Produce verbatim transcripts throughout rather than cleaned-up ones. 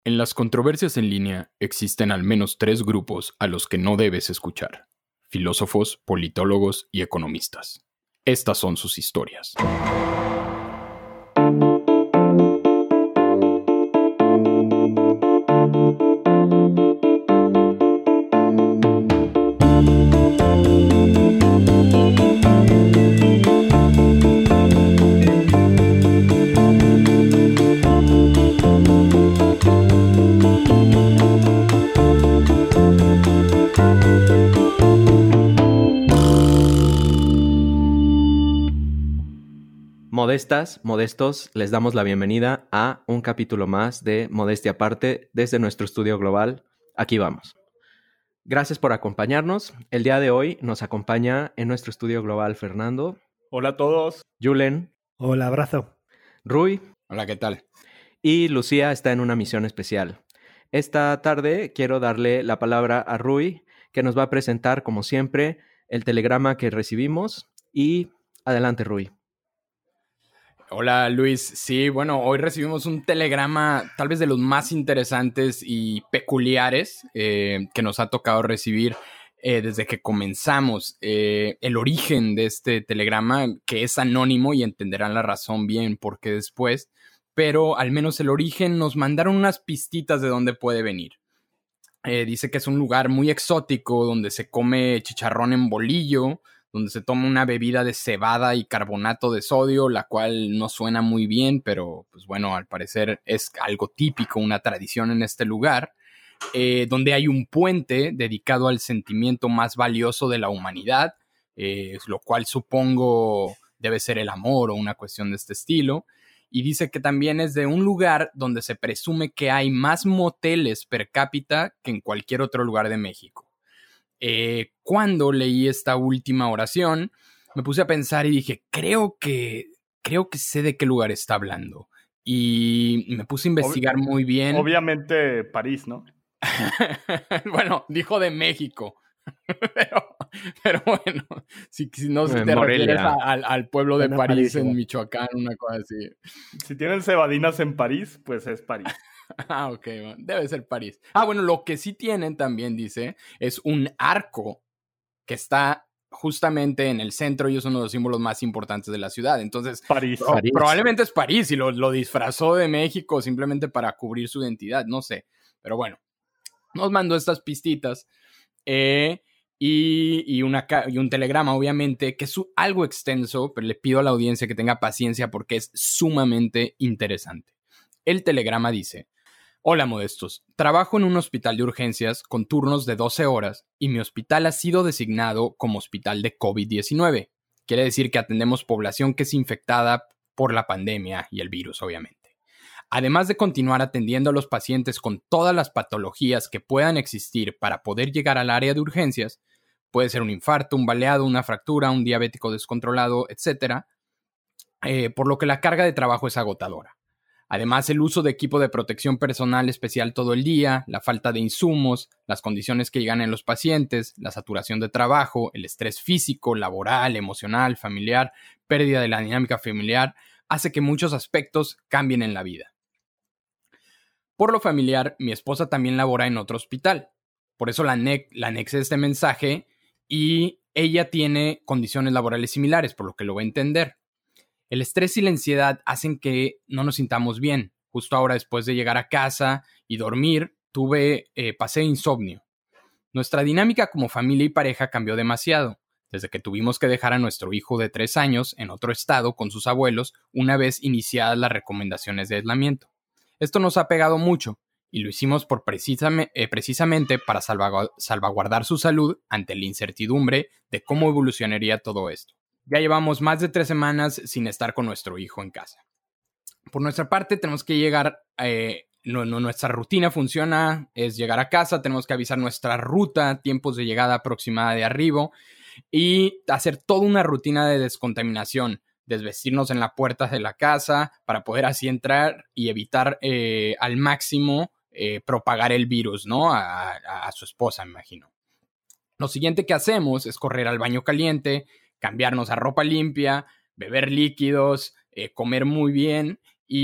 En las controversias en línea existen al menos tres grupos a los que no debes escuchar: filósofos, politólogos y economistas. Estas son sus historias. Modestas, modestos, les damos la bienvenida a un capítulo más de Modestia Aparte desde nuestro estudio global. Aquí vamos. Gracias por acompañarnos. El día de hoy nos acompaña en nuestro estudio global Fernando. Hola a todos. Julen. Hola, abrazo. Rui. Hola, ¿qué tal? Y Lucía está en una misión especial. Esta tarde quiero darle la palabra a Rui, que nos va a presentar, como siempre, el telegrama que recibimos. Y adelante, Rui. Hola, Luis. Sí, bueno, hoy recibimos un telegrama tal vez de los más interesantes y peculiares eh, que nos ha tocado recibir eh, desde que comenzamos. Eh, el origen de este telegrama, que es anónimo y entenderán la razón bien porque después, pero al menos el origen nos mandaron unas pistitas de dónde puede venir. Eh, dice que es un lugar muy exótico donde se come chicharrón en bolillo, donde se toma una bebida de cebada y carbonato de sodio, la cual no suena muy bien, pero pues bueno, al parecer es algo típico, una tradición en este lugar, eh, donde hay un puente dedicado al sentimiento más valioso de la humanidad, eh, lo cual supongo debe ser el amor o una cuestión de este estilo. Y dice que también es de un lugar donde se presume que hay más moteles per cápita que en cualquier otro lugar de México. Eh, cuando leí esta última oración, me puse a pensar y dije, creo que, creo que sé de qué lugar está hablando. Y me puse a investigar Ob- muy bien. Obviamente París, ¿no? Bueno, dijo de México. pero, pero bueno, si, si no si Eh, te Morelia. refieres a- al, al pueblo de Suena París parísimo. en Michoacán, una cosa así. Si tienen cebadinas en París, pues es París. Ah, ok, bueno, debe ser París. Ah, bueno, lo que sí tienen también, dice, es un arco que está justamente en el centro y es uno de los símbolos más importantes de la ciudad. Entonces, París. pro- París. probablemente es París y lo, lo disfrazó de México simplemente para cubrir su identidad, no sé. Pero bueno, nos mandó estas pistitas eh, y, y, una, ca- y un telegrama, obviamente, que es su- algo extenso, pero le pido a la audiencia que tenga paciencia porque es sumamente interesante. El telegrama dice: hola, modestos. Trabajo en un hospital de urgencias con turnos de doce horas y mi hospital ha sido designado como hospital de COVID diecinueve. Quiere decir que atendemos población que es infectada por la pandemia y el virus, obviamente. Además de continuar atendiendo a los pacientes con todas las patologías que puedan existir para poder llegar al área de urgencias, puede ser un infarto, un baleado, una fractura, un diabético descontrolado, etcétera, eh, por lo que la carga de trabajo es agotadora. Además, el uso de equipo de protección personal especial todo el día, la falta de insumos, las condiciones que llegan en los pacientes, la saturación de trabajo, el estrés físico, laboral, emocional, familiar, pérdida de la dinámica familiar, hace que muchos aspectos cambien en la vida. Por lo familiar, mi esposa también labora en otro hospital. Por eso la, ane- la anexé este mensaje y ella tiene condiciones laborales similares, por lo que lo va a entender. El estrés y la ansiedad hacen que no nos sintamos bien. Justo ahora, después de llegar a casa y dormir, tuve, eh, pasé insomnio. Nuestra dinámica como familia y pareja cambió demasiado, desde que tuvimos que dejar a nuestro hijo de tres años en otro estado con sus abuelos una vez iniciadas las recomendaciones de aislamiento. Esto nos ha pegado mucho y lo hicimos por precisame, eh, precisamente para salvagu- salvaguardar su salud ante la incertidumbre de cómo evolucionaría todo esto. Ya llevamos más de tres semanas sin estar con nuestro hijo en casa. Por nuestra parte, tenemos que llegar, eh, no, no, nuestra rutina funciona, es llegar a casa, tenemos que avisar nuestra ruta, tiempos de llegada aproximada de arribo y hacer toda una rutina de descontaminación, desvestirnos en la puerta de la casa para poder así entrar y evitar eh, al máximo eh, propagar el virus, ¿no? A, a, a su esposa, me imagino. Lo siguiente que hacemos es correr al baño caliente, cambiarnos a ropa limpia, beber líquidos, eh, comer muy bien y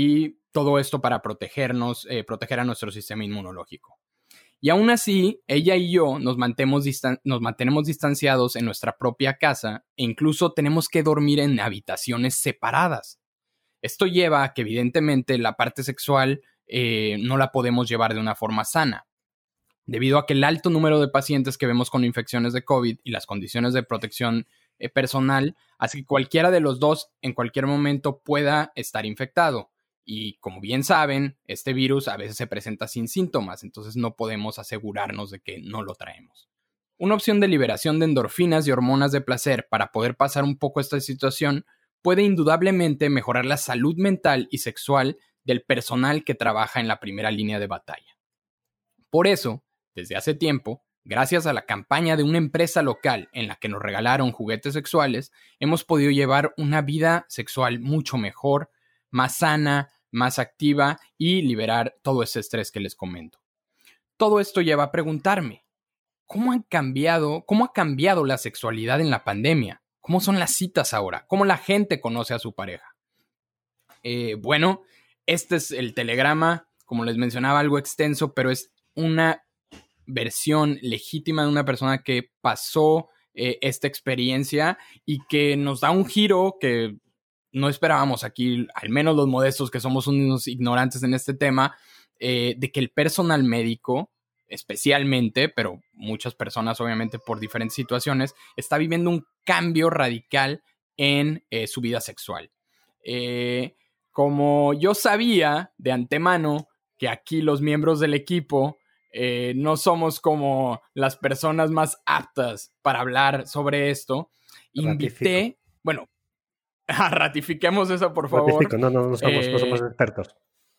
todo esto para protegernos, eh, proteger a nuestro sistema inmunológico. Y aún así, ella y yo nos mantenemos, distan- nos mantenemos distanciados en nuestra propia casa e incluso tenemos que dormir en habitaciones separadas. Esto lleva a que evidentemente la parte sexual eh, no la podemos llevar de una forma sana. Debido a que el alto número de pacientes que vemos con infecciones de COVID y las condiciones de protección eh, personal hace que cualquiera de los dos en cualquier momento pueda estar infectado. Y como bien saben, este virus a veces se presenta sin síntomas, entonces no podemos asegurarnos de que no lo traemos. Una opción de liberación de endorfinas y hormonas de placer para poder pasar un poco esta situación puede indudablemente mejorar la salud mental y sexual del personal que trabaja en la primera línea de batalla. Por eso, desde hace tiempo, gracias a la campaña de una empresa local en la que nos regalaron juguetes sexuales, hemos podido llevar una vida sexual mucho mejor, más sana, más activa y liberar todo ese estrés que les comento. Todo esto lleva a preguntarme, ¿cómo han cambiado, cómo ha cambiado la sexualidad en la pandemia? ¿Cómo son las citas ahora? ¿Cómo la gente conoce a su pareja? Eh, bueno, este es el telegrama, como les mencionaba, algo extenso, pero es una versión legítima de una persona que pasó eh, esta experiencia y que nos da un giro que no esperábamos aquí, al menos los modestos que somos unos ignorantes en este tema, eh, de que el personal médico, especialmente, pero muchas personas obviamente por diferentes situaciones, está viviendo un cambio radical en eh, su vida sexual. Eh, como yo sabía de antemano que aquí los miembros del equipo eh, no somos como las personas más aptas para hablar sobre esto, invité, Ratifico. bueno, ratifiquemos eso por favor. Ratifico, no, no, no somos, Eh, no somos expertos.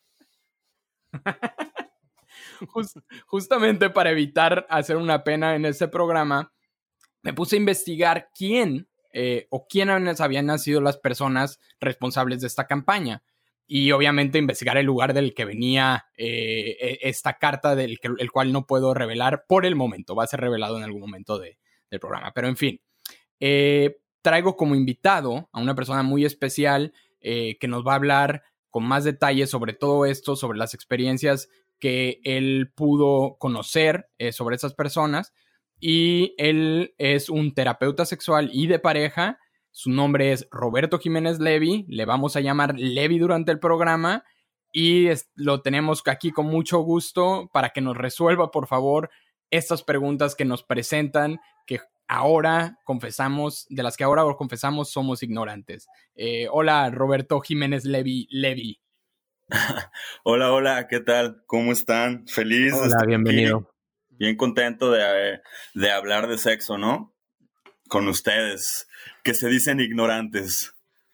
Just, justamente para evitar hacer una pena en este programa, me puse a investigar quién eh, o quiénes habían sido las personas responsables de esta campaña. Y obviamente investigar el lugar del que venía eh, esta carta, del que, el cual no puedo revelar por el momento. Va a ser revelado en algún momento de, del programa. Pero en fin, eh, traigo como invitado a una persona muy especial eh, que nos va a hablar con más detalles sobre todo esto, sobre las experiencias que él pudo conocer eh, sobre esas personas. Y él es un terapeuta sexual y de pareja. Su nombre es Roberto Jiménez Levy. Le vamos a llamar Levy durante el programa. Y es, lo tenemos aquí con mucho gusto para que nos resuelva, por favor, estas preguntas que nos presentan, que ahora confesamos, de las que ahora confesamos somos ignorantes. Eh, hola, Roberto Jiménez Levy. Levy. Hola, hola, ¿qué tal? ¿Cómo están? Feliz Hola, de estar bienvenido. aquí. Bien contento de, de hablar de sexo, ¿no? Con ustedes, que se dicen ignorantes.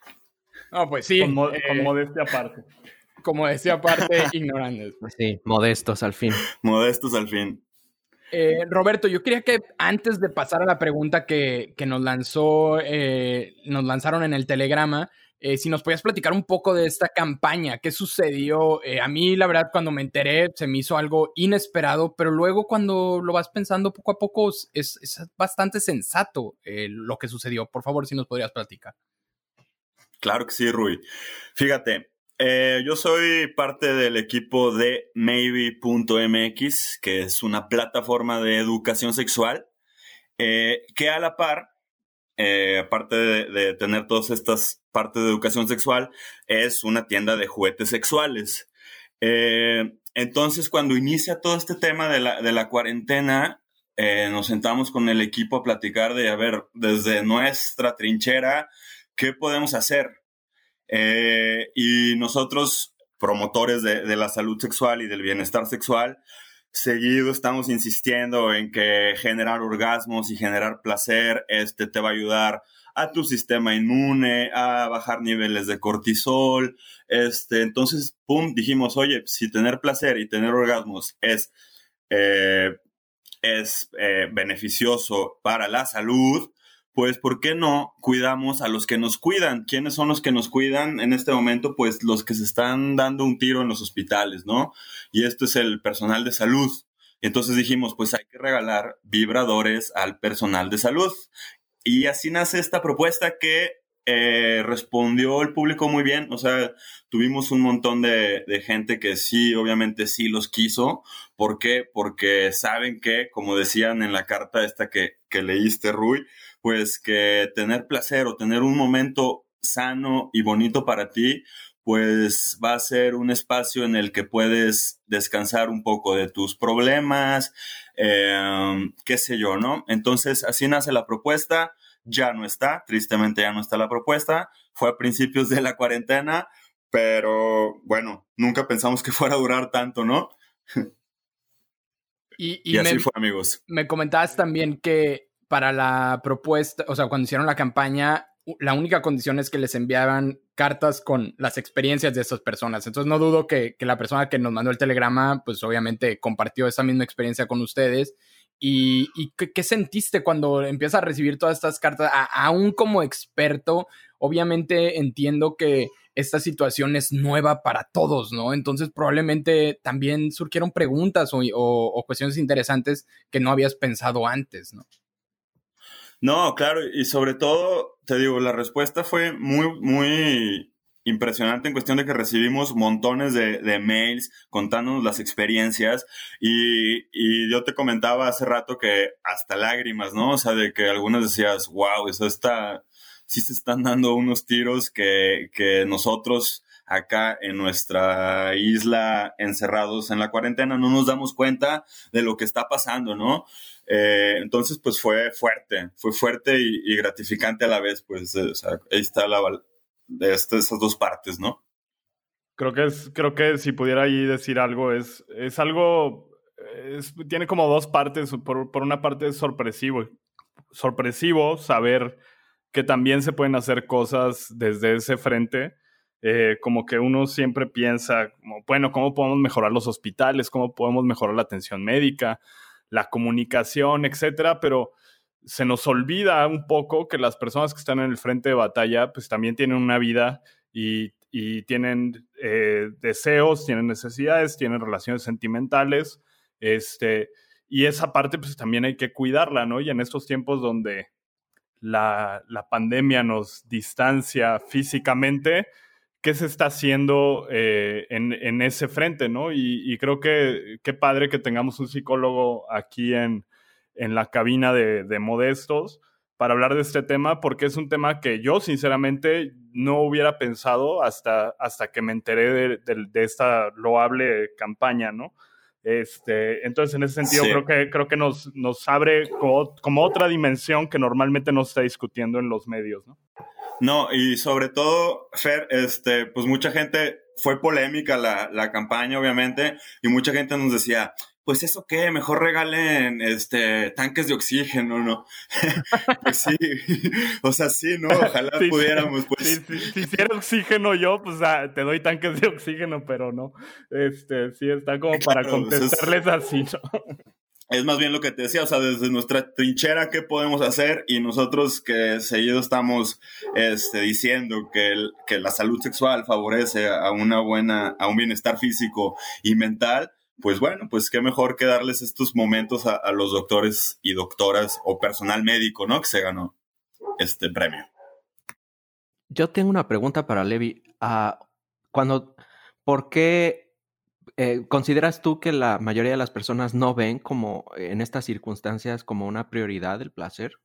No, pues sí. Con, mo eh, con modestia aparte. Como decía aparte, ignorantes. Sí, modestos al fin. Modestos al fin. Eh, Roberto, yo quería que antes de pasar a la pregunta que, que nos lanzó, eh, nos lanzaron en el telegrama, eh, si nos podías platicar un poco de esta campaña, qué sucedió. Eh, a mí, la verdad, cuando me enteré, se me hizo algo inesperado, pero luego cuando lo vas pensando poco a poco, es, es bastante sensato eh, lo que sucedió. Por favor, si nos podrías platicar. Claro que sí, Rui. Fíjate, eh, yo soy parte del equipo de maybe punto m x, que es una plataforma de educación sexual, eh, que a la par, eh, aparte de, de tener todas estas partes de educación sexual, es una tienda de juguetes sexuales. Eh, entonces, cuando inicia todo este tema de la, de la cuarentena, eh, nos sentamos con el equipo a platicar de, a ver, desde nuestra trinchera, ¿qué podemos hacer? Eh, y nosotros, promotores de, de la salud sexual y del bienestar sexual, seguido estamos insistiendo en que generar orgasmos y generar placer este, te va a ayudar a tu sistema inmune, a bajar niveles de cortisol. Este, entonces, pum, dijimos, oye, si tener placer y tener orgasmos es, eh, es eh, beneficioso para la salud, pues, ¿por qué no cuidamos a los que nos cuidan? ¿Quiénes son los que nos cuidan en este momento? Pues los que se están dando un tiro en los hospitales, ¿no? Y esto es el personal de salud. Entonces dijimos, pues hay que regalar vibradores al personal de salud. Y así nace esta propuesta que eh, respondió el público muy bien. O sea, tuvimos un montón de, de gente que sí, obviamente sí los quiso. ¿Por qué? Porque saben que, como decían en la carta esta que, que leíste, Rui, pues que tener placer o tener un momento sano y bonito para ti, pues va a ser un espacio en el que puedes descansar un poco de tus problemas, eh, qué sé yo, ¿no? Entonces, así nace la propuesta. Ya no está, tristemente ya no está la propuesta. Fue a principios de la cuarentena, pero bueno, nunca pensamos que fuera a durar tanto, ¿no? Y, y, y así me, fue, amigos. Me comentabas también que para la propuesta, o sea, cuando hicieron la campaña, la única condición es que les enviaban cartas con las experiencias de esas personas. Entonces no dudo que, que la persona que nos mandó el telegrama, pues obviamente compartió esa misma experiencia con ustedes. ¿Y, y qué, qué sentiste cuando empiezas a recibir todas estas cartas? A, aún como experto, obviamente entiendo que esta situación es nueva para todos, ¿no? Entonces probablemente también surgieron preguntas o, o, o cuestiones interesantes que no habías pensado antes, ¿no? No, claro, y sobre todo, te digo, la respuesta fue muy, muy impresionante en cuestión de que recibimos montones de, de mails contándonos las experiencias y, y yo te comentaba hace rato que hasta lágrimas, ¿no? O sea, de que algunas decías, wow, eso está, sí se están dando unos tiros que, que nosotros acá en nuestra isla encerrados en la cuarentena no nos damos cuenta de lo que está pasando, ¿no? Eh, entonces, pues fue fuerte, fue fuerte y, y gratificante a la vez, pues, eh, o sea, ahí está la de este, esas dos partes, ¿no? Creo que es, creo que si pudiera ahí decir algo, es, es algo, es, tiene como dos partes. Por, por una parte es sorpresivo, sorpresivo saber que también se pueden hacer cosas desde ese frente. Eh, como que uno siempre piensa, como, bueno, ¿cómo podemos mejorar los hospitales? ¿Cómo podemos mejorar la atención médica? La comunicación, etcétera, pero se nos olvida un poco que las personas que están en el frente de batalla pues también tienen una vida y, y tienen eh, deseos, tienen necesidades, tienen relaciones sentimentales, este, y esa parte pues también hay que cuidarla, ¿no? Y en estos tiempos donde la, la pandemia nos distancia físicamente, ¿qué se está haciendo eh, en, en ese frente, ¿no? Y, y creo que qué padre que tengamos un psicólogo aquí en, en la cabina de, de Modestos para hablar de este tema, porque es un tema que yo, sinceramente, no hubiera pensado hasta, hasta que me enteré de, de, de esta loable campaña, ¿no? Este, entonces, en ese sentido, sí. creo que, creo que nos, nos abre como, como otra dimensión que normalmente no se está discutiendo en los medios, ¿no? No, y sobre todo, Fer, este, pues mucha gente, fue polémica la, la campaña, obviamente, y mucha gente nos decía, pues eso qué, mejor regalen este tanques de oxígeno, ¿no? Pues sí, o sea, sí, ¿no? Ojalá sí, pudiéramos, pues. Sí, sí, si hiciera oxígeno yo, pues ah, te doy tanques de oxígeno, pero no. Este, sí, está como para claro, contestarles pues es... así, ¿no? Es más bien lo que te decía, o sea, desde nuestra trinchera, ¿qué podemos hacer? Y nosotros que seguido estamos este, diciendo que, el, que la salud sexual favorece a una buena, a un bienestar físico y mental, pues bueno, pues qué mejor que darles estos momentos a, a los doctores y doctoras o personal médico, ¿no? Que se ganó este premio. Yo tengo una pregunta para Levi. Uh, cuando, ¿por qué eh, consideras tú que la mayoría de las personas no ven como en estas circunstancias como una prioridad el placer?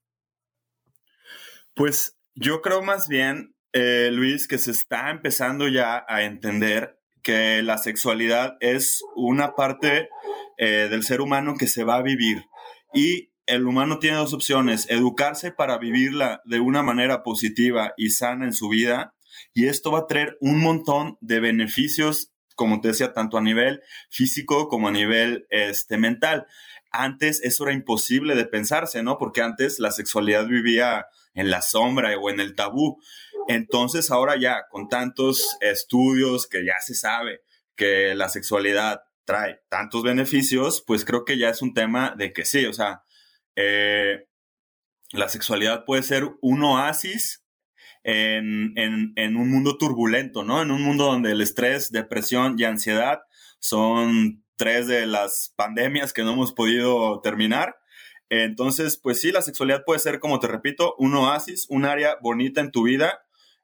Pues yo creo más bien, eh, Luis, que se está empezando ya a entender que la sexualidad es una parte eh, del ser humano que se va a vivir y el humano tiene dos opciones, educarse para vivirla de una manera positiva y sana en su vida, y esto va a traer un montón de beneficios, como te decía, tanto a nivel físico como a nivel este, mental. Antes eso era imposible de pensarse, ¿no? Porque antes la sexualidad vivía en la sombra o en el tabú. Entonces ahora ya, con tantos estudios que ya se sabe que la sexualidad trae tantos beneficios, pues creo que ya es un tema de que sí, o sea, eh, la sexualidad puede ser un oasis en, en, en un mundo turbulento, ¿no? En un mundo donde el estrés, depresión y ansiedad son tres de las pandemias que no hemos podido terminar. Entonces, pues sí, la sexualidad puede ser, como te repito, un oasis, un área bonita en tu vida,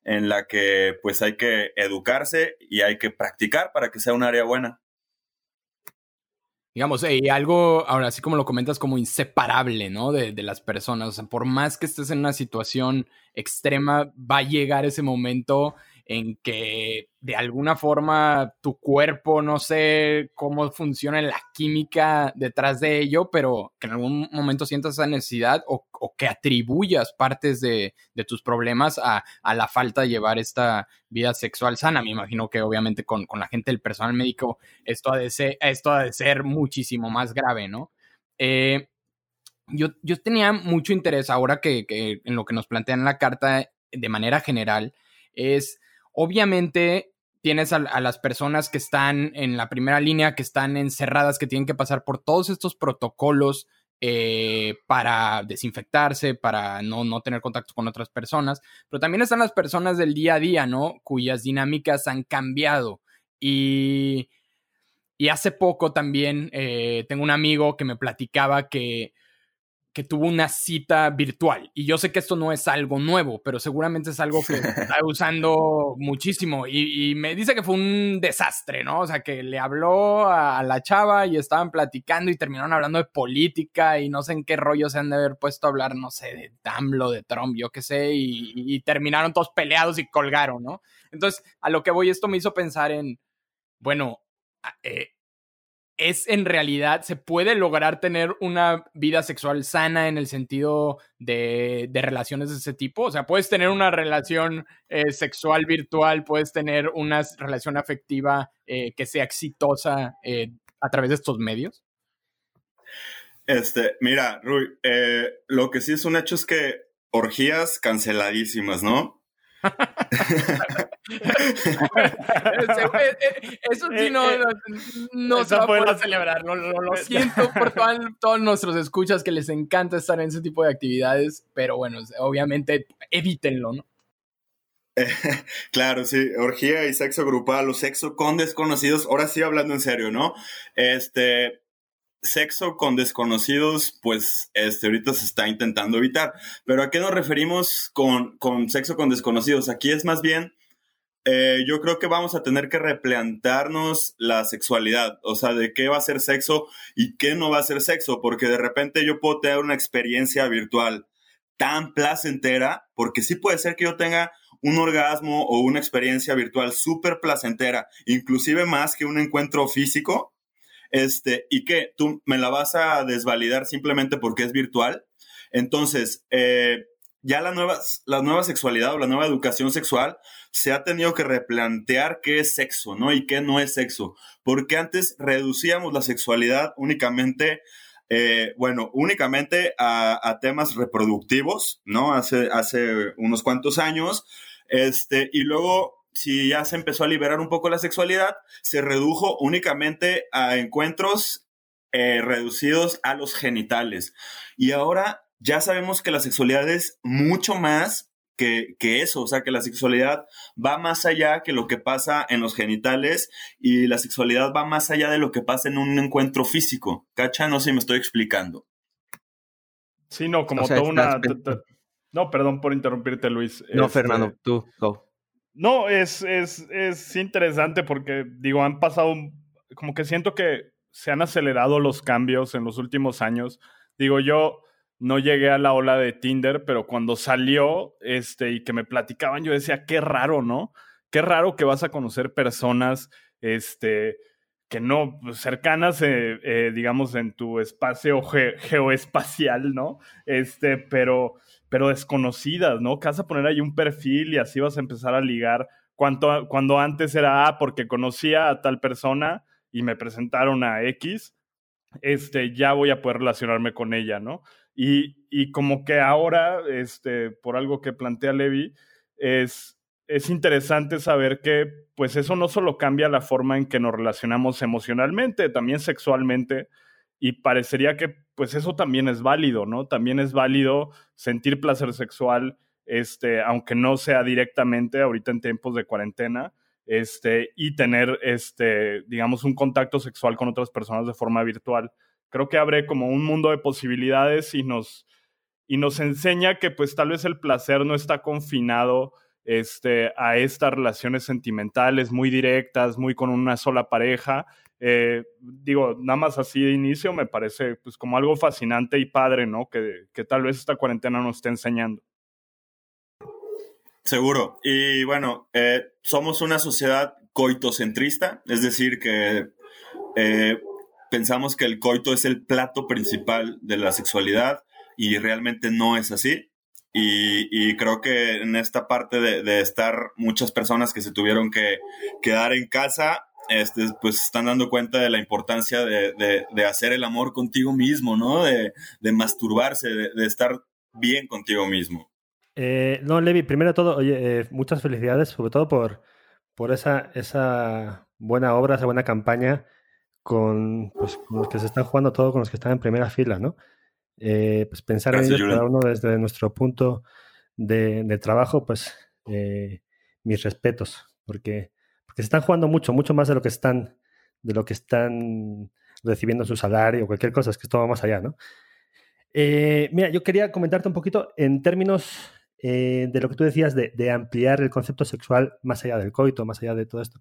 en la que pues hay que educarse y hay que practicar para que sea un área buena. Digamos, y algo, ahora sí como lo comentas, como inseparable, ¿no? De, de las personas. O sea, por más que estés en una situación extrema, va a llegar ese momento en que de alguna forma tu cuerpo, no sé cómo funciona la química detrás de ello, pero que en algún momento sientas esa necesidad o, o que atribuyas partes de, de tus problemas a, a la falta de llevar esta vida sexual sana. Me imagino que obviamente con, con la gente del personal médico esto ha de ser, esto ha de ser muchísimo más grave, ¿no? Eh, yo, yo tenía mucho interés ahora que, que en lo que nos plantean en la carta de manera general es, obviamente tienes a, a las personas que están en la primera línea, que están encerradas, que tienen que pasar por todos estos protocolos eh, para desinfectarse, para no, no tener contacto con otras personas, pero también están las personas del día a día, ¿no? Cuyas dinámicas han cambiado. Y, y hace poco también eh, tengo un amigo que me platicaba que que tuvo una cita virtual. Y yo sé que esto no es algo nuevo, pero seguramente es algo que está usando muchísimo. Y, y me dice que fue un desastre, ¿no? O sea, que le habló a, a la chava y estaban platicando y terminaron hablando de política y no sé en qué rollo se han de haber puesto a hablar, no sé, de AMLO, de Trump, yo qué sé, y, y terminaron todos peleados y colgaron, ¿no? Entonces, a lo que voy, esto me hizo pensar en, bueno, eh, es en realidad, se puede lograr tener una vida sexual sana en el sentido de, de relaciones de ese tipo. O sea, puedes tener una relación eh, sexual virtual, puedes tener una relación afectiva eh, que sea exitosa eh, a través de estos medios. Este, mira, Rui, eh, lo que sí es un hecho es que orgías canceladísimas, ¿no? Eso sí no, no, no se va a poder la... celebrar. Lo, lo, lo siento por todo, todos nuestros escuchas que les encanta estar en ese tipo de actividades, pero bueno, obviamente evítenlo, ¿no? Eh, claro, sí, orgía y sexo grupal o sexo con desconocidos, ahora sí hablando en serio, ¿no? Este... Sexo con desconocidos, pues este, ahorita se está intentando evitar. Pero ¿a qué nos referimos con, con sexo con desconocidos? Aquí es más bien, eh, yo creo que vamos a tener que replantearnos la sexualidad. O sea, de qué va a ser sexo y qué no va a ser sexo. Porque de repente yo puedo tener una experiencia virtual tan placentera, porque sí puede ser que yo tenga un orgasmo o una experiencia virtual súper placentera, inclusive más que un encuentro físico. Este, y que tú me la vas a desvalidar simplemente porque es virtual. Entonces, eh, ya la nueva, la nueva sexualidad o la nueva educación sexual se ha tenido que replantear qué es sexo, ¿no? Y qué no es sexo. Porque antes reducíamos la sexualidad únicamente, eh, bueno, únicamente a, a temas reproductivos, ¿no? Hace, hace unos cuantos años. Este, y luego, si ya se empezó a liberar un poco la sexualidad, se redujo únicamente a encuentros eh, reducidos a los genitales. Y ahora ya sabemos que la sexualidad es mucho más que, que eso, o sea, que la sexualidad va más allá que lo que pasa en los genitales y la sexualidad va más allá de lo que pasa en un encuentro físico. ¿Cacha? No sé si me estoy explicando. Sí, no, como o sea, toda una... T- t- no, perdón por interrumpirte, Luis. No, este... Fernando, tú, go. No, es, es, es interesante porque, digo, han pasado, como que siento que se han acelerado los cambios en los últimos años. Digo, yo no llegué a la ola de Tinder, pero cuando salió este, y que me platicaban, yo decía, qué raro, ¿no? Qué raro que vas a conocer personas este, que no, pues, cercanas, eh, eh, digamos, en tu espacio ge- geoespacial, ¿no? Este, pero... pero desconocidas, ¿no? Que vas a poner ahí un perfil y así vas a empezar a ligar. Cuando, cuando antes era, ah, porque conocía a tal persona y me presentaron a X, este, ya voy a poder relacionarme con ella, ¿no? Y, y como que ahora, este, por algo que plantea Levi, es, es interesante saber que, pues, eso no solo cambia la forma en que nos relacionamos emocionalmente, también sexualmente, y parecería que pues eso también es válido, ¿no? También es válido sentir placer sexual, este, aunque no sea directamente ahorita en tiempos de cuarentena, este, y tener, este, digamos, un contacto sexual con otras personas de forma virtual. Creo que abre como un mundo de posibilidades y nos, y nos enseña que pues tal vez el placer no está confinado este, a estas relaciones sentimentales muy directas, muy con una sola pareja. Eh, digo, nada más así de inicio me parece pues como algo fascinante y padre, ¿no? Que, que tal vez esta cuarentena nos esté enseñando. Seguro. Y bueno, eh, somos una sociedad coitocentrista, es decir, que eh, pensamos que el coito es el plato principal de la sexualidad y realmente no es así. Y, y creo que en esta parte de, de estar muchas personas que se tuvieron que quedar en casa, este, pues están dando cuenta de la importancia de, de, de hacer el amor contigo mismo, ¿no? De, de masturbarse, de, de estar bien contigo mismo. Eh, no, Levi, primero de todo, oye, eh, muchas felicidades, sobre todo por, por esa, esa buena obra, esa buena campaña con, pues, con los que se están jugando todo, con los que están en primera fila, ¿no? Eh, pues pensar Gracias, en ellos, Julián. cada uno desde nuestro punto de, de trabajo, pues eh, mis respetos, porque, porque se están jugando mucho, mucho más de lo que están, de lo que están recibiendo su salario o cualquier cosa, es que esto va más allá, ¿no? Eh, mira, yo quería comentarte un poquito en términos eh, de lo que tú decías de, de ampliar el concepto sexual más allá del coito, más allá de todo esto.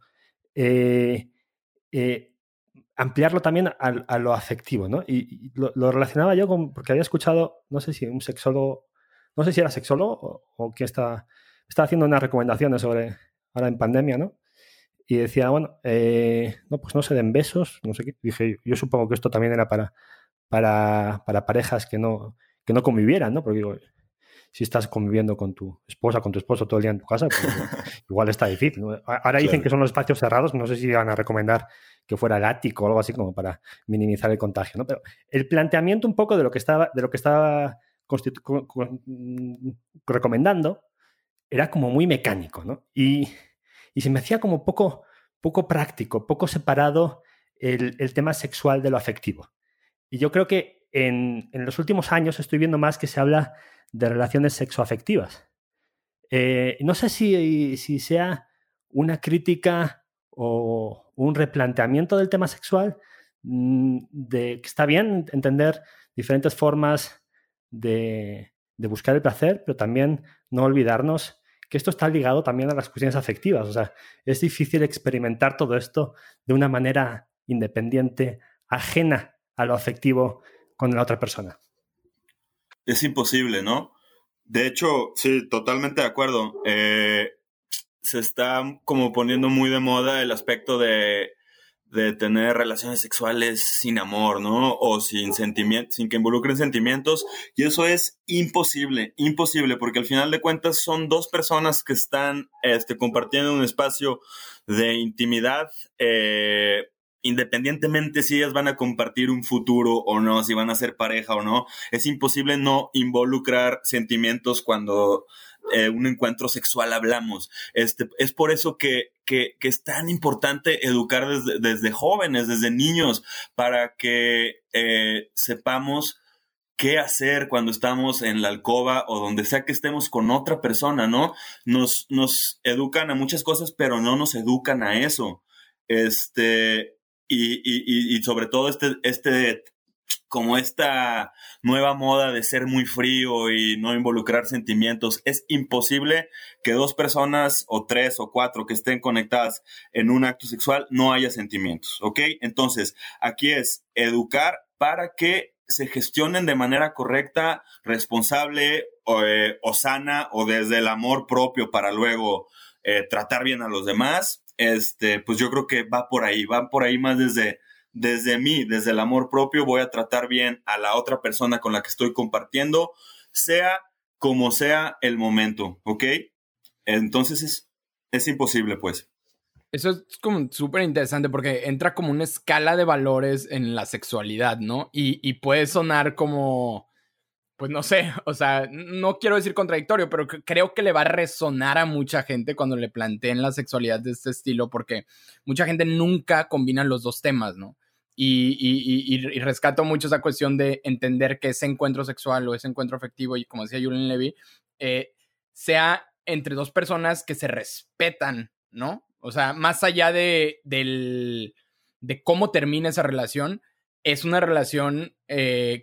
Eh, eh, ampliarlo también a, a lo afectivo, ¿no? Y, y lo, lo relacionaba yo con, porque había escuchado, no sé si un sexólogo, no sé si era sexólogo o, o que está, está haciendo unas recomendaciones sobre, ahora en pandemia, ¿no? Y decía, bueno, eh, no, pues no se den besos, no sé qué. Dije, yo supongo que esto también era para, para, para parejas que no, que no convivieran, ¿no? Porque digo, si estás conviviendo con tu esposa, con tu esposo todo el día en tu casa, pues igual, igual está difícil, ¿no? Ahora dicen claro. que son los espacios cerrados, no sé si van a recomendar que fuera el ático o algo así como para minimizar el contagio, ¿no? Pero el planteamiento un poco de lo que estaba, de lo que estaba constitu- con, con, recomendando era como muy mecánico, ¿no? Y, y se me hacía como poco, poco práctico, poco separado el, el tema sexual de lo afectivo. Y yo creo que en, en los últimos años estoy viendo más que se habla de relaciones sexoafectivas. Eh, no sé si, si sea una crítica o un replanteamiento del tema sexual, de que está bien entender diferentes formas de, de buscar el placer, pero también no olvidarnos que esto está ligado también a las cuestiones afectivas. O sea, es difícil experimentar todo esto de una manera independiente, ajena a lo afectivo con la otra persona. Es imposible, ¿no? De hecho, sí, totalmente de acuerdo. Eh, se está como poniendo muy de moda el aspecto de, de tener relaciones sexuales sin amor, ¿no? O sin sentimientos, sin que involucren sentimientos. Y eso es imposible, imposible, porque al final de cuentas son dos personas que están este, compartiendo un espacio de intimidad, eh, independientemente si ellas van a compartir un futuro o no, si van a ser pareja o no. Es imposible no involucrar sentimientos cuando eh, un encuentro sexual hablamos. Este, es por eso que, que, que es tan importante educar desde, desde jóvenes, desde niños, para que eh, sepamos qué hacer cuando estamos en la alcoba o donde sea que estemos con otra persona, ¿no? Nos, nos educan a muchas cosas, pero no nos educan a eso. Este... Y, y, y sobre todo este, este, como esta nueva moda de ser muy frío y no involucrar sentimientos. Es imposible que dos personas o tres o cuatro que estén conectadas en un acto sexual no haya sentimientos, ¿ok? Entonces, aquí es educar para que se gestionen de manera correcta, responsable o, eh, o sana o desde el amor propio para luego eh, tratar bien a los demás. Este, pues yo creo que va por ahí, va por ahí más desde, desde mí, desde el amor propio, voy a tratar bien a la otra persona con la que estoy compartiendo, sea como sea el momento, ¿ok? Entonces es, es imposible, pues. Eso es como súper interesante porque entra como una escala de valores en la sexualidad, ¿no? Y, y puede sonar como... Pues no sé, o sea, no quiero decir contradictorio, pero creo que le va a resonar a mucha gente cuando le planteen la sexualidad de este estilo, porque mucha gente nunca combina los dos temas, ¿no? Y, y, y, y rescato mucho esa cuestión de entender que ese encuentro sexual o ese encuentro afectivo, y como decía Julián Levy, eh, sea entre dos personas que se respetan, ¿no? O sea, más allá de, del, de cómo termina esa relación, es una relación eh, que